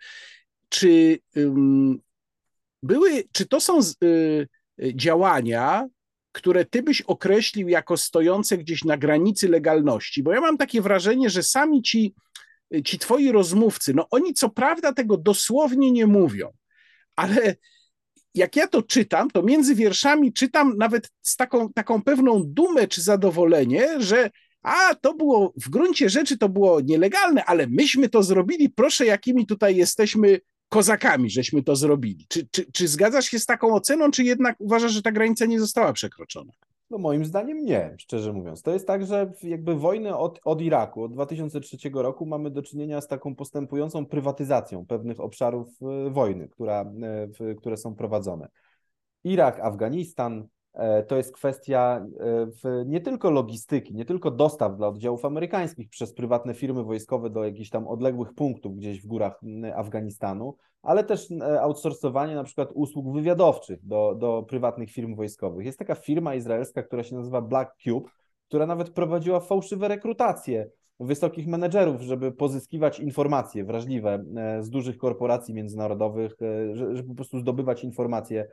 Czy to są działania, które ty byś określił jako stojące gdzieś na granicy legalności? Bo ja mam takie wrażenie, że sami ci twoi rozmówcy, oni co prawda tego dosłownie nie mówią, ale jak ja to czytam, to między wierszami czytam nawet z taką pewną dumę czy zadowolenie, że a to było, w gruncie rzeczy to było nielegalne, ale myśmy to zrobili, proszę jakimi tutaj jesteśmy kozakami, żeśmy to zrobili. Czy zgadzasz się z taką oceną, czy jednak uważasz, że ta granica nie została przekroczona? No moim zdaniem nie, szczerze mówiąc. To jest tak, że jakby wojny od Iraku, od 2003 roku mamy do czynienia z taką postępującą prywatyzacją pewnych obszarów wojny, które są prowadzone. Irak, Afganistan, to jest kwestia nie tylko logistyki, nie tylko dostaw dla oddziałów amerykańskich przez prywatne firmy wojskowe do jakichś tam odległych punktów gdzieś w górach Afganistanu, ale też outsourcowanie na przykład usług wywiadowczych do prywatnych firm wojskowych. Jest taka firma izraelska, która się nazywa Black Cube, która nawet prowadziła fałszywe rekrutacje wysokich menedżerów, żeby pozyskiwać informacje wrażliwe z dużych korporacji międzynarodowych, żeby po prostu zdobywać informacje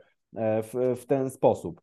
w ten sposób.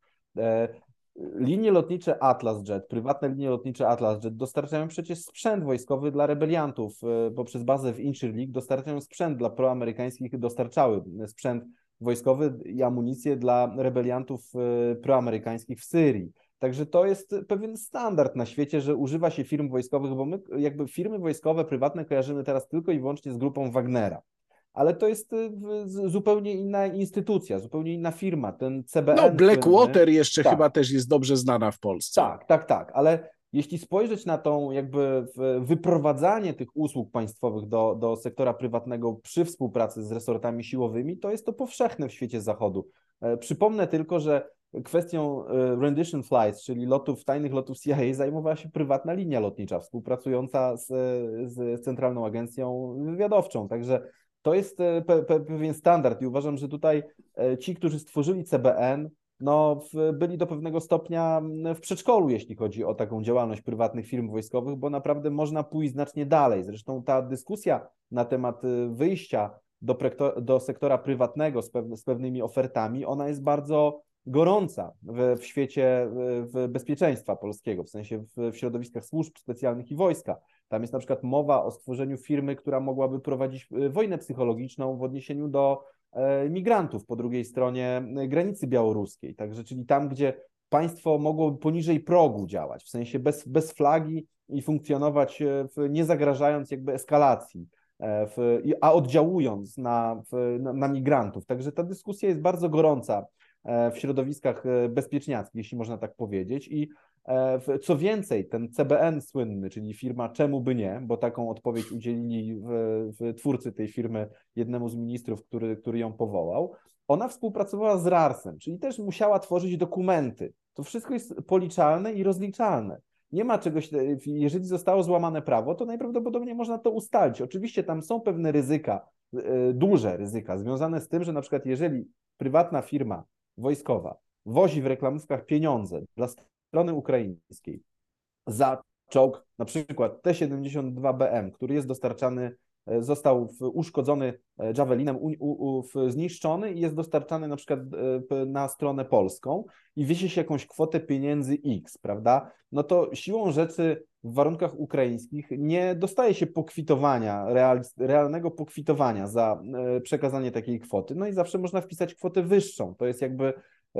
Linie lotnicze Atlasjet, prywatne linie lotnicze Atlasjet dostarczają przecież sprzęt wojskowy dla rebeliantów, bo przez bazę w Incirlik dostarczają sprzęt dla proamerykańskich, dostarczały sprzęt wojskowy i amunicję dla rebeliantów proamerykańskich w Syrii. Także to jest pewien standard na świecie, że używa się firm wojskowych, bo my jakby firmy wojskowe prywatne kojarzymy teraz tylko i wyłącznie z grupą Wagnera. Ale to jest zupełnie inna instytucja, zupełnie inna firma. Ten No, CBN słynny, Blackwater jeszcze tak, chyba też jest dobrze znana w Polsce. tak, ale jeśli spojrzeć na tą jakby wyprowadzanie tych usług państwowych do sektora prywatnego przy współpracy z resortami siłowymi, to jest to powszechne w świecie zachodu. Przypomnę tylko, że kwestią rendition flights, czyli tajnych lotów CIA zajmowała się prywatna linia lotnicza współpracująca z Centralną Agencją Wywiadowczą. Także to jest pewien standard i uważam, że tutaj ci, którzy stworzyli CBN, no, byli do pewnego stopnia w przedszkolu, jeśli chodzi o taką działalność prywatnych firm wojskowych, bo naprawdę można pójść znacznie dalej. Zresztą ta dyskusja na temat wyjścia do sektora prywatnego z pewnymi ofertami, ona jest bardzo gorąca w świecie bezpieczeństwa polskiego, w sensie w środowiskach służb specjalnych i wojska. Tam jest na przykład mowa o stworzeniu firmy, która mogłaby prowadzić wojnę psychologiczną w odniesieniu do migrantów po drugiej stronie granicy białoruskiej. Także, czyli tam, gdzie państwo mogłoby poniżej progu działać, w sensie bez flagi i funkcjonować, nie zagrażając jakby eskalacji, a oddziałując na migrantów. Także ta dyskusja jest bardzo gorąca w środowiskach bezpieczniackich, jeśli można tak powiedzieć. I co więcej, ten CBN słynny, czyli firma Czemu by nie, bo taką odpowiedź udzielili twórcy tej firmy jednemu z ministrów, który ją powołał, ona współpracowała z RARS-em, czyli też musiała tworzyć dokumenty. To wszystko jest policzalne i rozliczalne. Nie ma czegoś, jeżeli zostało złamane prawo, to najprawdopodobniej można to ustalić. Oczywiście tam są pewne ryzyka, duże ryzyka, związane z tym, że na przykład jeżeli prywatna firma wojskowa wozi w reklamówkach pieniądze dla strony ukraińskiej za czołg, na przykład T-72BM, który jest dostarczany, został uszkodzony Javelinem, zniszczony i jest dostarczany na przykład na stronę polską i wiesie się jakąś kwotę pieniędzy X, prawda? No to siłą rzeczy w warunkach ukraińskich nie dostaje się pokwitowania, realnego pokwitowania za przekazanie takiej kwoty, no i zawsze można wpisać kwotę wyższą. To jest jakby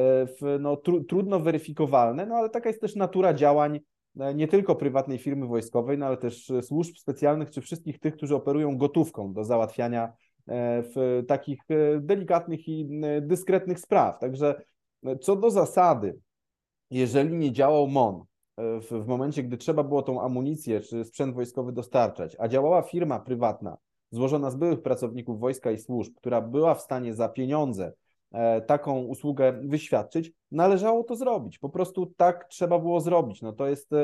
trudno weryfikowalne, no ale taka jest też natura działań nie tylko prywatnej firmy wojskowej, no ale też służb specjalnych, czy wszystkich tych, którzy operują gotówką do załatwiania w takich delikatnych i dyskretnych spraw. Także co do zasady, jeżeli nie działał MON w momencie, gdy trzeba było tą amunicję czy sprzęt wojskowy dostarczać, a działała firma prywatna złożona z byłych pracowników wojska i służb, która była w stanie za pieniądze taką usługę wyświadczyć, należało to zrobić. Po prostu tak trzeba było zrobić. No to jest,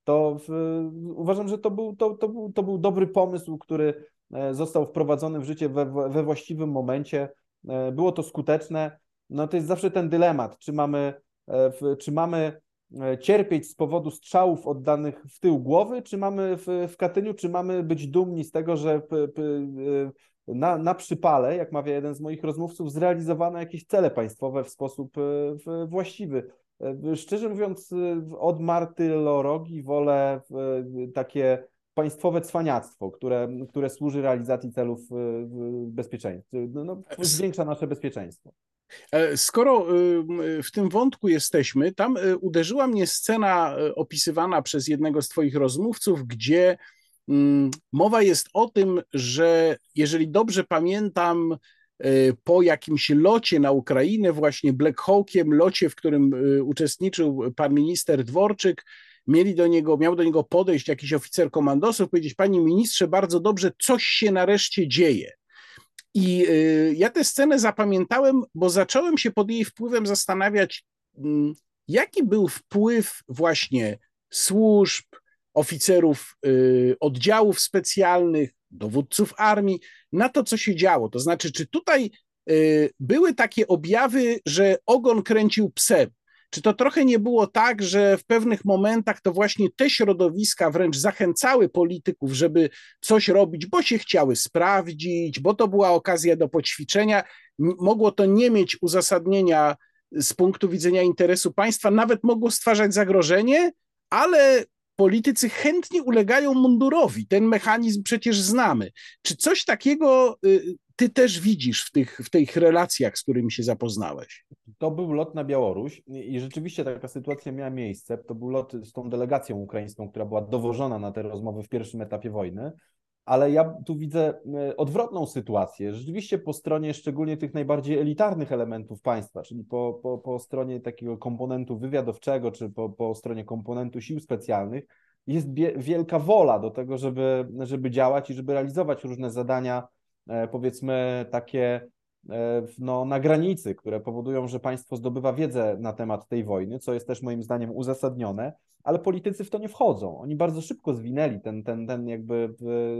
uważam, że to był dobry pomysł, który został wprowadzony w życie we właściwym momencie. Było to skuteczne. No to jest zawsze ten dylemat, czy mamy cierpieć z powodu strzałów oddanych w tył głowy, czy mamy w Katyniu, czy mamy być dumni z tego, że na przypale, jak mawia jeden z moich rozmówców, zrealizowano jakieś cele państwowe w sposób właściwy. Szczerze mówiąc, od martyrologii wolę takie państwowe cwaniactwo, które służy realizacji celów bezpieczeństwa, zwiększa nasze bezpieczeństwo. Skoro w tym wątku jesteśmy, tam uderzyła mnie scena opisywana przez jednego z twoich rozmówców, gdzie mowa jest o tym, że jeżeli dobrze pamiętam, po jakimś locie na Ukrainę, właśnie Black Hawkiem, locie, w którym uczestniczył pan minister Dworczyk, miał do niego podejść jakiś oficer komandosów, powiedzieć: panie ministrze, bardzo dobrze, coś się nareszcie dzieje. I ja tę scenę zapamiętałem, bo zacząłem się pod jej wpływem zastanawiać, jaki był wpływ właśnie służb, oficerów oddziałów specjalnych, dowódców armii na to, co się działo. To znaczy, czy tutaj były takie objawy, że ogon kręcił psem? Czy to trochę nie było tak, że w pewnych momentach to właśnie te środowiska wręcz zachęcały polityków, żeby coś robić, bo się chciały sprawdzić, bo to była okazja do poćwiczenia? Mogło to nie mieć uzasadnienia z punktu widzenia interesu państwa, nawet mogło stwarzać zagrożenie, ale politycy chętnie ulegają mundurowi. Ten mechanizm przecież znamy. Czy coś takiego ty też widzisz w tych relacjach, z którymi się zapoznałeś? To był lot na Białoruś i rzeczywiście taka sytuacja miała miejsce. To był lot z tą delegacją ukraińską, która była dowożona na te rozmowy w pierwszym etapie wojny. Ale ja tu widzę odwrotną sytuację. Rzeczywiście po stronie szczególnie tych najbardziej elitarnych elementów państwa, czyli po stronie takiego komponentu wywiadowczego, czy po stronie komponentu sił specjalnych, jest wielka wola do tego, żeby działać i żeby realizować różne zadania, powiedzmy takie no, na granicy, które powodują, że państwo zdobywa wiedzę na temat tej wojny, co jest też moim zdaniem uzasadnione, ale politycy w to nie wchodzą. Oni bardzo szybko zwinęli ten jakby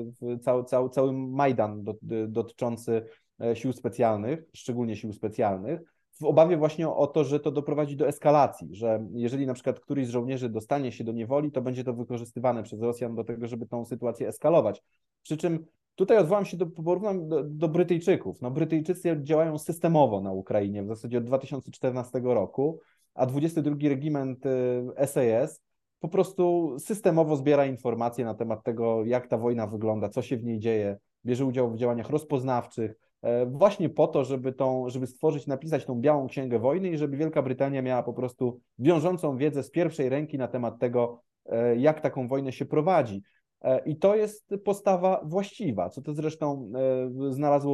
cały Majdan dotyczący sił specjalnych, szczególnie sił specjalnych, w obawie właśnie o to, że to doprowadzi do eskalacji, że jeżeli na przykład któryś z żołnierzy dostanie się do niewoli, to będzie to wykorzystywane przez Rosjan do tego, żeby tą sytuację eskalować. Przy czym tutaj odwołam się porównam do Brytyjczyków. No, Brytyjczycy działają systemowo na Ukrainie w zasadzie od 2014 roku, a 22 Regiment SAS po prostu systemowo zbiera informacje na temat tego, jak ta wojna wygląda, co się w niej dzieje, bierze udział w działaniach rozpoznawczych, właśnie po to, żeby stworzyć, napisać tą białą księgę wojny i żeby Wielka Brytania miała po prostu wiążącą wiedzę z pierwszej ręki na temat tego, jak taką wojnę się prowadzi. I to jest postawa właściwa, co to zresztą znalazło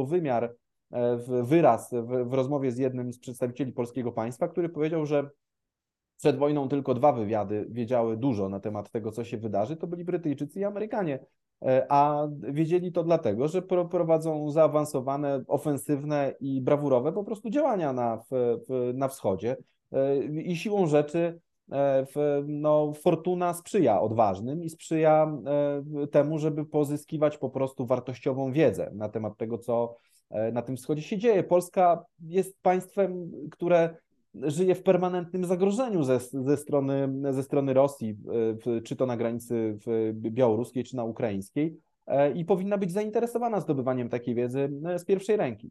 wyraz w rozmowie z jednym z przedstawicieli polskiego państwa, który powiedział, że przed wojną tylko 2 wywiady wiedziały dużo na temat tego, co się wydarzy, to byli Brytyjczycy i Amerykanie, a wiedzieli to dlatego, że prowadzą zaawansowane, ofensywne i brawurowe po prostu działania na wschodzie i siłą rzeczy no, fortuna sprzyja odważnym i sprzyja temu, żeby pozyskiwać po prostu wartościową wiedzę na temat tego, co na tym wschodzie się dzieje. Polska jest państwem, które żyje w permanentnym zagrożeniu ze strony Rosji, czy to na granicy białoruskiej, czy na ukraińskiej, i powinna być zainteresowana zdobywaniem takiej wiedzy z pierwszej ręki.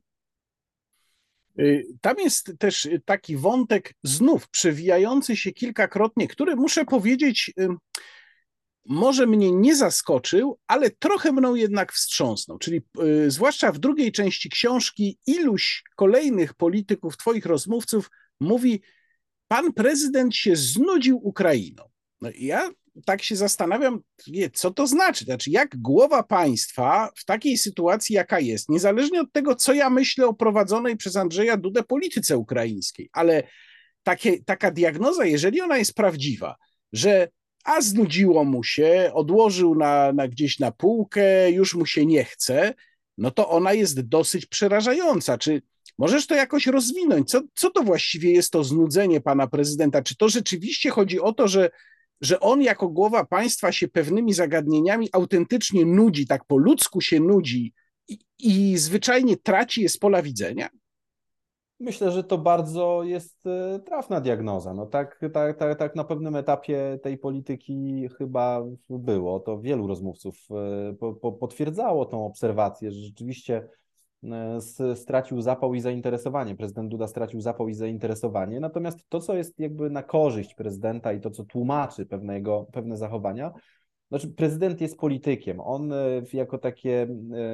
Tam jest też taki wątek znów przewijający się kilkakrotnie, który muszę powiedzieć, może mnie nie zaskoczył, ale trochę mną jednak wstrząsnął. Czyli zwłaszcza w drugiej części książki iluś kolejnych polityków, twoich rozmówców mówi: pan prezydent się znudził Ukrainą. No i ja tak się zastanawiam, co to znaczy? Znaczy, jak głowa państwa w takiej sytuacji, jaka jest, niezależnie od tego, co ja myślę o prowadzonej przez Andrzeja Dudę polityce ukraińskiej, ale taka diagnoza, jeżeli ona jest prawdziwa, że znudziło mu się, odłożył gdzieś na półkę, już mu się nie chce, no to ona jest dosyć przerażająca. Czy możesz to jakoś rozwinąć? Co to właściwie jest to znudzenie pana prezydenta? Czy to rzeczywiście chodzi o to, że on jako głowa państwa się pewnymi zagadnieniami autentycznie nudzi, tak po ludzku się nudzi i zwyczajnie traci je z pola widzenia? Myślę, że to bardzo jest trafna diagnoza. No tak na pewnym etapie tej polityki chyba było. To wielu rozmówców potwierdzało tą obserwację, że rzeczywiście stracił zapał i zainteresowanie. Prezydent Duda stracił zapał i zainteresowanie. Natomiast to, co jest jakby na korzyść prezydenta i to, co tłumaczy pewne zachowania, Znaczy prezydent jest politykiem, on jako takie,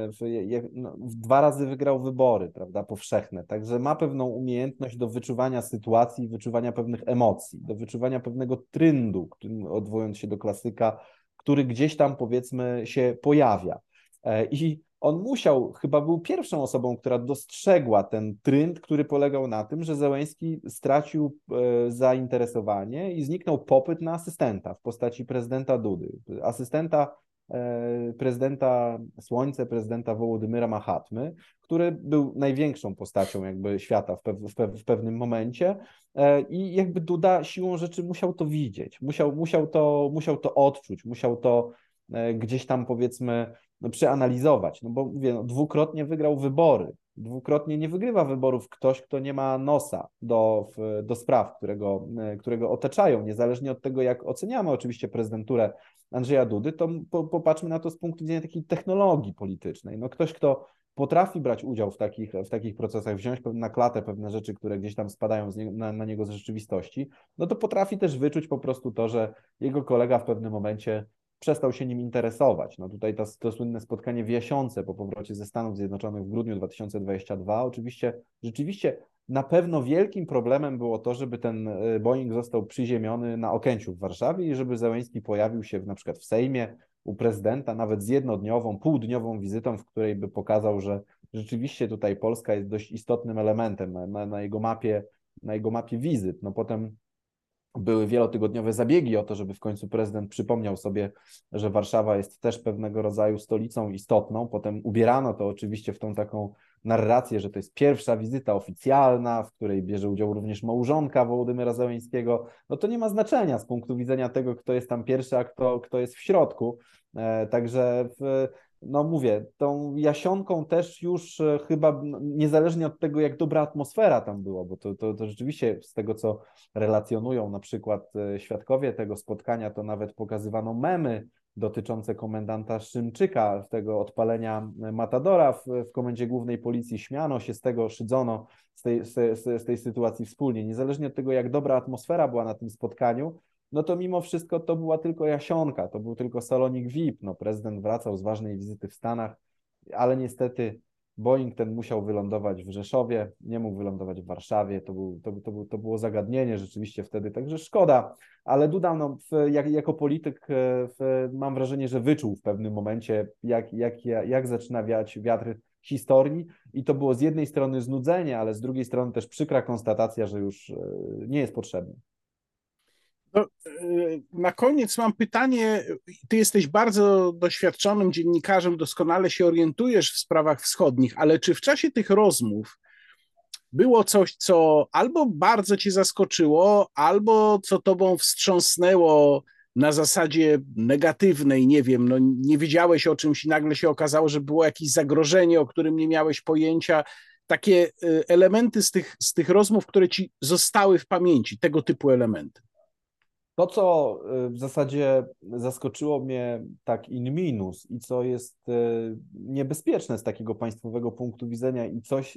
dwa razy wygrał wybory, prawda, powszechne, także ma pewną umiejętność do wyczuwania sytuacji, wyczuwania pewnych emocji, do wyczuwania pewnego trendu, odwołując się do klasyka, który gdzieś tam powiedzmy się pojawia. I on musiał, chyba był pierwszą osobą, która dostrzegła ten trend, który polegał na tym, że Zełenski stracił zainteresowanie i zniknął popyt na asystenta w postaci prezydenta Dudy. Asystenta prezydenta Słońce, prezydenta Wołodymyra Mahatmy, który był największą postacią jakby świata w pewnym momencie i jakby Duda siłą rzeczy musiał to widzieć, musiał to odczuć, musiał to gdzieś tam powiedzmy przeanalizować, no bo mówię, no, dwukrotnie wygrał wybory, dwukrotnie nie wygrywa wyborów ktoś, kto nie ma nosa do spraw, którego otaczają, niezależnie od tego, jak oceniamy oczywiście prezydenturę Andrzeja Dudy, to popatrzmy na to z punktu widzenia takiej technologii politycznej. No ktoś, kto potrafi brać udział w takich procesach, wziąć na klatę pewne rzeczy, które gdzieś tam spadają na niego z rzeczywistości, no to potrafi też wyczuć po prostu to, że jego kolega w pewnym momencie przestał się nim interesować. No tutaj to słynne spotkanie w Jasiące po powrocie ze Stanów Zjednoczonych w grudniu 2022, oczywiście rzeczywiście na pewno wielkim problemem było to, żeby ten Boeing został przyziemiony na Okęciu w Warszawie i żeby Zełenski pojawił się na przykład w Sejmie, u prezydenta, nawet z jednodniową, półdniową wizytą, w której by pokazał, że rzeczywiście tutaj Polska jest dość istotnym elementem na jego mapie wizyt. No potem były wielotygodniowe zabiegi o to, żeby w końcu prezydent przypomniał sobie, że Warszawa jest też pewnego rodzaju stolicą istotną. Potem ubierano to oczywiście w tą taką narrację, że to jest pierwsza wizyta oficjalna, w której bierze udział również małżonka Wołodymyra Zełenskiego. No to nie ma znaczenia z punktu widzenia tego, kto jest tam pierwszy, a kto jest w środku. Także no mówię, tą Jasionką też już chyba niezależnie od tego, jak dobra atmosfera tam była, bo to rzeczywiście z tego, co relacjonują na przykład świadkowie tego spotkania, to nawet pokazywano memy dotyczące komendanta Szymczyka, tego odpalenia Matadora w Komendzie Głównej Policji. Śmiano się z tego, szydzono z tej sytuacji wspólnie. Niezależnie od tego, jak dobra atmosfera była na tym spotkaniu, no to mimo wszystko to była tylko Jasionka, to był tylko salonik VIP. No, prezydent wracał z ważnej wizyty w Stanach, ale niestety Boeing ten musiał wylądować w Rzeszowie, nie mógł wylądować w Warszawie. To było zagadnienie rzeczywiście wtedy, także szkoda. Ale Duda, no, jako polityk mam wrażenie, że wyczuł w pewnym momencie, jak zaczyna wiać wiatr historii i to było z jednej strony znudzenie, ale z drugiej strony też przykra konstatacja, że już nie jest potrzebny. No, na koniec mam pytanie. Ty jesteś bardzo doświadczonym dziennikarzem, doskonale się orientujesz w sprawach wschodnich, ale czy w czasie tych rozmów było coś, co albo bardzo cię zaskoczyło, albo co tobą wstrząsnęło na zasadzie negatywnej, nie wiem, no nie wiedziałeś o czymś i nagle się okazało, że było jakieś zagrożenie, o którym nie miałeś pojęcia. Takie elementy z tych rozmów, które ci zostały w pamięci, tego typu elementy. To, co w zasadzie zaskoczyło mnie tak in minus i co jest niebezpieczne z takiego państwowego punktu widzenia i coś,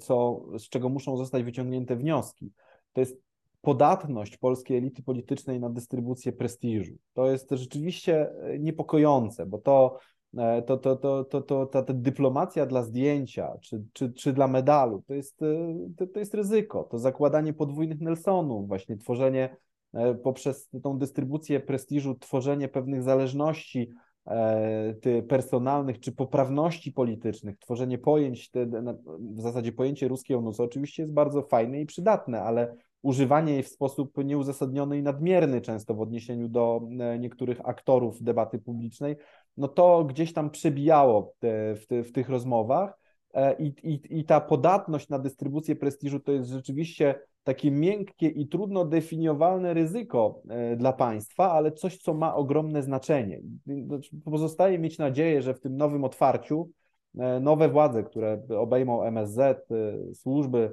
z czego muszą zostać wyciągnięte wnioski, to jest podatność polskiej elity politycznej na dystrybucję prestiżu. To jest rzeczywiście niepokojące, bo ta dyplomacja dla zdjęcia czy dla medalu to jest ryzyko. To zakładanie podwójnych Nelsonów, właśnie tworzenie poprzez tą dystrybucję prestiżu, tworzenie pewnych zależności personalnych czy poprawności politycznych, tworzenie pojęć, w zasadzie pojęcie ruskiej onuce oczywiście jest bardzo fajne i przydatne, ale używanie jej w sposób nieuzasadniony i nadmierny często w odniesieniu do niektórych aktorów debaty publicznej, no to gdzieś tam przebijało w tych rozmowach i ta podatność na dystrybucję prestiżu to jest rzeczywiście takie miękkie i trudno definiowalne ryzyko dla państwa, ale coś, co ma ogromne znaczenie. Pozostaje mieć nadzieję, że w tym nowym otwarciu nowe władze, które obejmą MSZ, służby,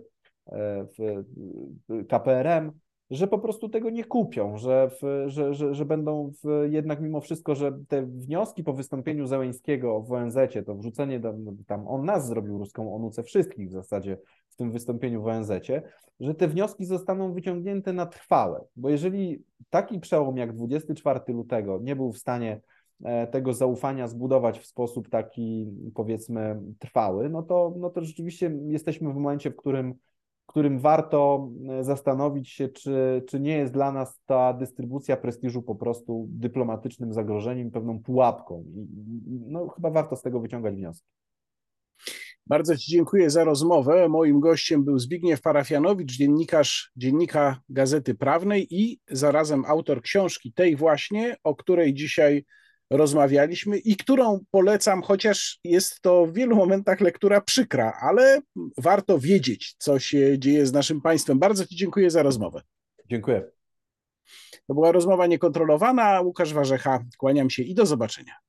KPRM, że po prostu tego nie kupią, że będą jednak mimo wszystko, że te wnioski po wystąpieniu Zełenskiego w ONZ-cie, to wrzucenie tam on nas zrobił ruską onucę wszystkich w zasadzie w tym wystąpieniu w ONZ-cie, że te wnioski zostaną wyciągnięte na trwałe, bo jeżeli taki przełom jak 24 lutego nie był w stanie tego zaufania zbudować w sposób taki, powiedzmy, trwały, no to rzeczywiście jesteśmy w momencie, w którym warto zastanowić się, czy nie jest dla nas ta dystrybucja prestiżu po prostu dyplomatycznym zagrożeniem, pewną pułapką. I no, chyba warto z tego wyciągać wnioski. Bardzo Ci dziękuję za rozmowę. Moim gościem był Zbigniew Parafianowicz, dziennikarz Dziennika Gazety Prawnej i zarazem autor książki tej właśnie, o której dzisiaj rozmawialiśmy i którą polecam, chociaż jest to w wielu momentach lektura przykra, ale warto wiedzieć, co się dzieje z naszym państwem. Bardzo Ci dziękuję za rozmowę. Dziękuję. To była rozmowa niekontrolowana. Łukasz Warzecha, kłaniam się i do zobaczenia.